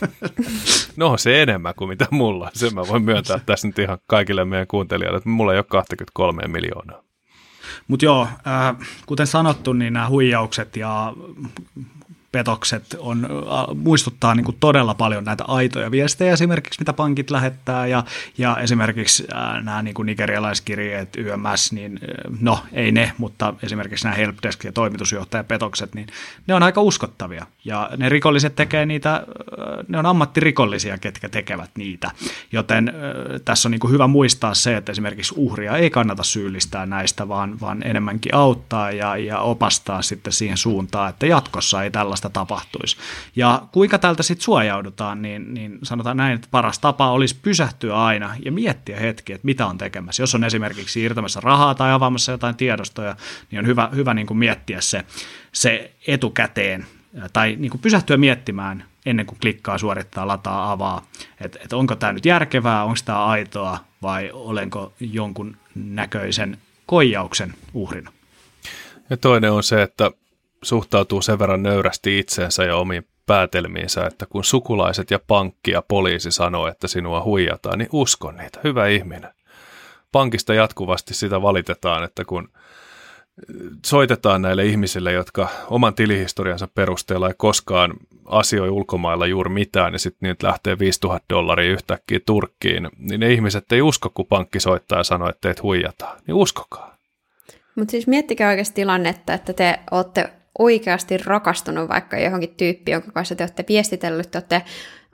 No se enemmän kuin mitä mulla on. Sen mä voin myöntää tässä nyt ihan kaikille meidän kuuntelijoille, että mulla ei ole kaksikymmentäkolme miljoonaa. Mutta joo, äh, kuten sanottu, niin nämä huijaukset ja petokset on, muistuttaa niin kuin todella paljon näitä aitoja viestejä esimerkiksi, mitä pankit lähettää ja, ja esimerkiksi ää, nämä niin kuin nigerialaiskirjeet, Y M S, niin no ei ne, mutta esimerkiksi nämä helpdesk ja toimitusjohtajapetokset, niin ne on aika uskottavia ja ne rikolliset tekee niitä, ne on ammattirikollisia, ketkä tekevät niitä, joten ää, tässä on niin kuin hyvä muistaa se, että esimerkiksi uhria ei kannata syyllistää näistä, vaan, vaan enemmänkin auttaa ja, ja opastaa sitten siihen suuntaan, että jatkossa ei tällaista tapahtuisi. Ja kuinka tältä sitten suojaudutaan, niin, niin sanotaan näin, että paras tapa olisi pysähtyä aina ja miettiä hetki, että mitä on tekemässä. Jos on esimerkiksi siirtämässä rahaa tai avaamassa jotain tiedostoja, niin on hyvä, hyvä niin kuin miettiä se, se etukäteen tai niin kuin pysähtyä miettimään ennen kuin klikkaa, suorittaa, lataa, avaa, että et onko tämä nyt järkevää, onko tämä aitoa vai olenko jonkun näköisen koijauksen uhrina. Ja toinen on se, että suhtautuu sen verran nöyrästi itseensä ja omiin päätelmiinsä, että kun sukulaiset ja pankki ja poliisi sanoo, että sinua huijataan, niin uskon niitä. Hyvä ihminen. Pankista jatkuvasti sitä valitetaan, että kun soitetaan näille ihmisille, jotka oman tilihistoriansa perusteella ei koskaan asioi ulkomailla juuri mitään, ja sitten niitä lähtee viisituhatta dollaria yhtäkkiä Turkkiin, niin ne ihmiset ei usko, kun pankki soittaa ja sanoo, että teitä huijataan. Niin uskokaa. Mutta siis miettikää oikeasti tilannetta, että te olette oikeasti rakastunut vaikka johonkin tyyppiin, jonka kanssa te olette viestitellyt, te olette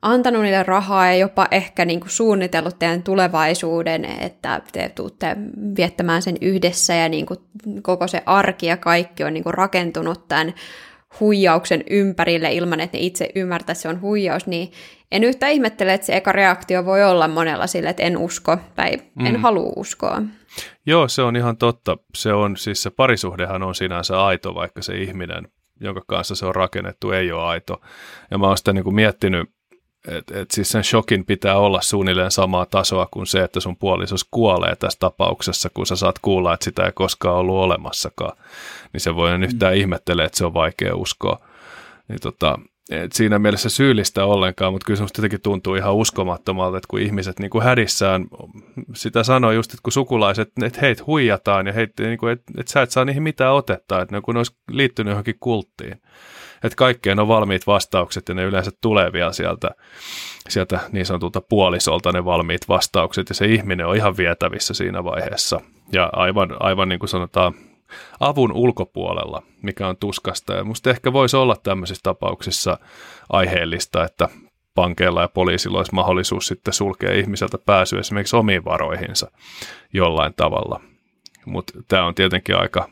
antanut niille rahaa ja jopa ehkä niin kuin suunnitellut teidän tulevaisuuden, että te tuutte viettämään sen yhdessä ja niin kuin koko se arki ja kaikki on niin kuin rakentunut tämän huijauksen ympärille ilman, että ne itse ymmärtää, että se on huijaus, niin en yhtään ihmettele, että se eka reaktio voi olla monella sille, että en usko tai en mm. halua uskoa. Joo, se on ihan totta. Se on, siis se parisuhdehan on sinänsä aito, vaikka se ihminen, jonka kanssa se on rakennettu, ei ole aito. Ja mä oon sitä niin kuin miettinyt, että et siis sen shokin pitää olla suunnilleen samaa tasoa kuin se, että sun puolisos kuolee tässä tapauksessa, kun sä saat kuulla, että sitä ei koskaan ollut olemassakaan. Niin se voi yhtään mm. ihmettelee, että se on vaikea uskoa. Niin tota, et siinä mielessä syyllistä ollenkaan, mutta kyllä se musta jotenkin tuntuu ihan uskomattomalta, että kun ihmiset niin kuin hädissään, sitä sanoo just, että kun sukulaiset, että heitä huijataan ja heitä, niin kuin, että, että sä et saa niihin mitään otetta, että ne kun ne olisi liittynyt johonkin kulttiin. Että kaikkeen on valmiit vastaukset ja ne yleensä tulee vielä sieltä, sieltä niin sanotulta puolisolta ne valmiit vastaukset ja se ihminen on ihan vietävissä siinä vaiheessa. Ja aivan, aivan niin kuin sanotaan avun ulkopuolella, mikä on tuskasta. Ja musta ehkä voisi olla tämmöisissä tapauksissa aiheellista, että pankeilla ja poliisilla olisi mahdollisuus sitten sulkea ihmiseltä pääsyä esimerkiksi omiin varoihinsa jollain tavalla. Mutta tämä on tietenkin aika...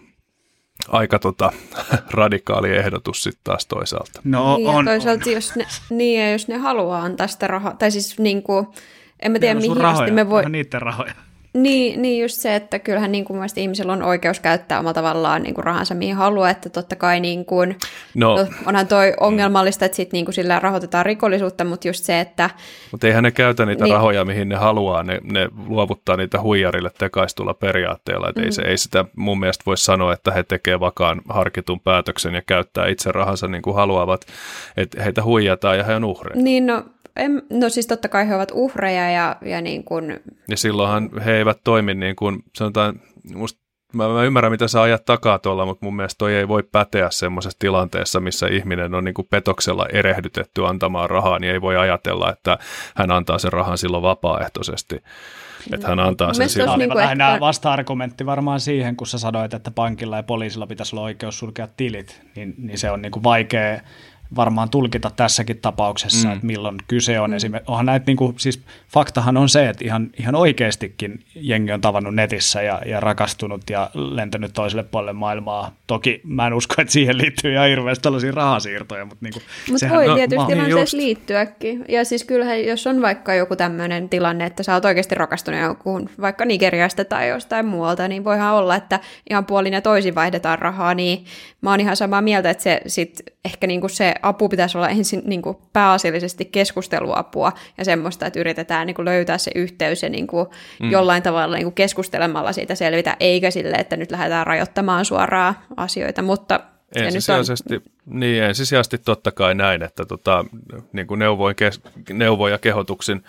Aika tota, radikaali ehdotus sitten taas toisaalta. No, niin, on, toisaalta on. Jos ne, niin, ja jos ne haluaa antaa sitä rahaa, tai siis niin kuin, en mä tiedä mihin rahoja, asti me voi... niiden rahoja. Niin, niin just se, että kyllähän niin kuin mielestäni ihmisellä on oikeus käyttää omalla tavallaan niin kuin rahansa mihin haluaa, että totta kai niin kuin, no, no, onhan toi ongelmallista, että sit niin kuin sillä rahoitetaan rikollisuutta, mutta just se, että... Mutta eihän ne käytä niitä niin, rahoja, mihin ne haluaa, ne, ne luovuttaa niitä huijarille tekaistulla periaatteella, että mm. ei, se, ei sitä mun mielestä voi sanoa, että he tekee vakaan harkitun päätöksen ja käyttää itse rahansa niin kuin haluavat, että heitä huijataan ja he on uhreja. Niin, no... En, no siis totta kai he ovat uhreja ja, ja niin kuin... Ja silloinhan he eivät toimi niin kuin, sanotaan, musta, mä, mä ymmärrän mitä sä ajat takaa tuolla, mutta mun mielestä toi ei voi päteä semmoisessa tilanteessa, missä ihminen on niin kuin petoksella erehdytetty antamaan rahaa, niin ei voi ajatella, että hän antaa sen rahan silloin vapaaehtoisesti. Että hän antaa sen silloin. Niin lähinnä että... vasta-argumentti varmaan siihen, kun sä sanoit, että pankilla ja poliisilla pitäisi olla oikeus sulkea tilit, niin, niin se on niin kuin vaikea... varmaan tulkita tässäkin tapauksessa, mm. että milloin kyse on. Mm. Esimerkiksi, onhan näitä, niin kuin, siis faktahan on se, että ihan, ihan oikeastikin jengi on tavannut netissä ja, ja rakastunut ja lentänyt toiselle puolelle maailmaa. Toki mä en usko, että siihen liittyy ihan hirveästi tällaisia rahasiirtoja. Mutta niin mut voi no, tietysti tilanteessa niin liittyäkin. Ja siis kyllähän, jos on vaikka joku tämmöinen tilanne, että sä oot oikeasti rakastunut jokuun vaikka Nigeriasta tai jostain muualta, niin voihan olla, että ihan puolin ja toisin vaihdetaan rahaa, niin mä oon ihan samaa mieltä, että se sit ehkä niin kuin se apu pitäisi olla ensin niin kuin pääasiallisesti keskusteluapua ja semmoista, että yritetään niin kuin löytää se yhteys ja niin kuin mm. jollain tavalla niin kuin keskustelemalla siitä selvitä, eikä sille, että nyt lähdetään rajoittamaan suoraan asioita, mutta ensisijaisesti, on... niin, ensisijaisesti totta kai näin, että tota, niin kuin neuvoin, kes, neuvoin ja kehotuksin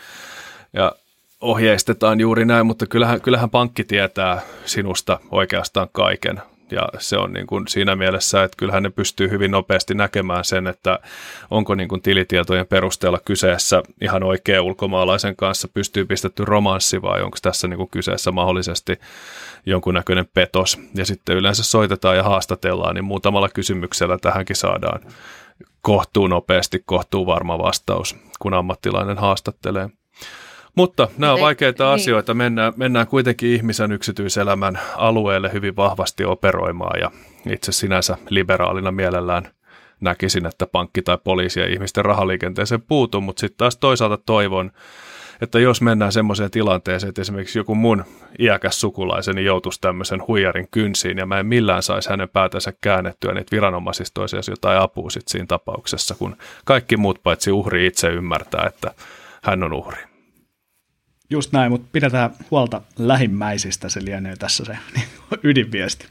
ja ohjeistetaan juuri näin, mutta kyllähän, kyllähän pankki tietää sinusta oikeastaan kaiken. Ja se on niin kuin siinä mielessä, että kyllähän ne pystyy hyvin nopeasti näkemään sen, että onko niin kuin tilitietojen perusteella kyseessä ihan oikea ulkomaalaisen kanssa pystyy pistetty romanssi vai onko tässä niin kuin kyseessä mahdollisesti jonkunnäköinen petos. Ja sitten yleensä soitetaan ja haastatellaan, niin muutamalla kysymyksellä tähänkin saadaan kohtuu nopeasti, kohtuu varma vastaus, kun ammattilainen haastattelee. Mutta nämä on vaikeita niin. asioita. Mennään, mennään kuitenkin ihmisen yksityiselämän alueelle hyvin vahvasti operoimaan ja itse sinänsä liberaalina mielellään näkisin, että pankki tai poliisi ja ihmisten rahaliikenteeseen puutuu, mutta sitten taas toisaalta toivon, että jos mennään semmoiseen tilanteeseen, että esimerkiksi joku mun iäkäs sukulaiseni joutuisi tämmöisen huijarin kynsiin ja mä en millään saisi hänen päätänsä käännettyä, niin viranomaisista olisi jotain apua sitten siinä tapauksessa, kun kaikki muut paitsi uhri itse ymmärtää, että hän on uhri. Just näin, mutta pidetään huolta lähimmäisistä, se lienee tässä se ydinviesti.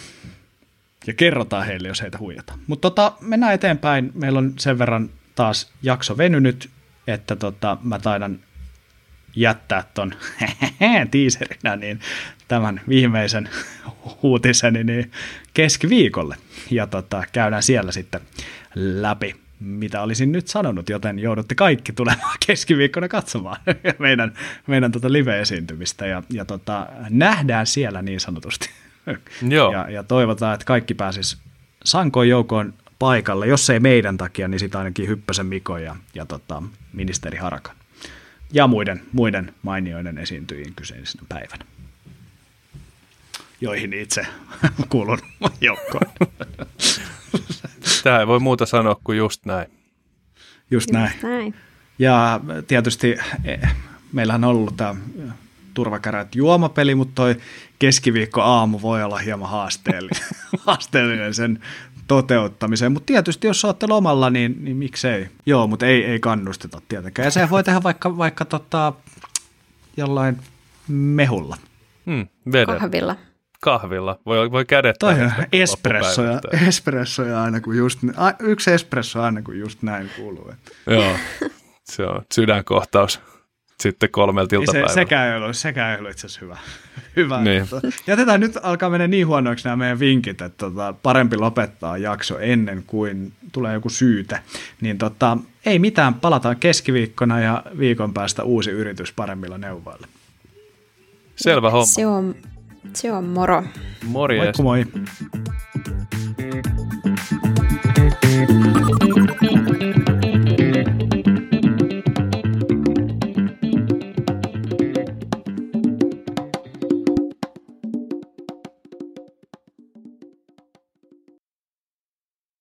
Ja kerrotaan heille, jos heitä huijataan. Mutta tota, mennään eteenpäin. Meillä on sen verran taas jakso venynyt, että tota, mä taidan jättää ton tiiserinä niin tämän viimeisen uutiseni niin keskiviikolle. Ja tota, käydään siellä sitten läpi, mitä olisin nyt sanonut, joten joudutte kaikki tulemaan keskiviikkona katsomaan meidän, meidän tota live-esiintymistä ja, ja tota, nähdään siellä niin sanotusti. Joo. Ja, ja toivotaan, että kaikki pääsis sankoin joukoon paikalle. Jos ei meidän takia, niin sitä ainakin Hyppösen Miko ja, ja tota, ministeri Harakan. Ja muiden, muiden mainioiden esiintyjien kyseisenä päivänä, joihin itse kuulun joukkoon. Tämä ei voi muuta sanoa kuin just näin. Just näin. Just näin. Ja tietysti meillähän on ollut tämä Turvakärät juomapeli, mutta toi keskiviikko aamu voi olla hieman haasteellinen, haasteellinen sen toteuttamiseen. Mutta tietysti jos olette lomalla, niin, niin miksei. Joo, mutta ei, ei kannusteta tietenkään. Ja se voi tehdä vaikka, vaikka tota, jollain mehulla. Hmm, vedellä. Kahvilla. Kahvilla. Voi, voi kädet. Toi espressoja, espressoja aina kuin just, yksi espresso aina kuin just näin kuuluu. Joo, se on sydänkohtaus sitten kolmelta iltapäivällä. Se, sekään ei ollut, sekään ei ollut itse asiassa hyvä. hyvä. Niin. Jätetään nyt, alkaa mennä niin huonoiksi nämä meidän vinkit, että tota, parempi lopettaa jakso ennen kuin tulee joku syyte. Niin tota, ei mitään, palataan keskiviikkona ja viikon päästä uusi yritys paremmilla neuvoilla. Selvä homma. Se on, se on moro. Morjes. Moikku moi.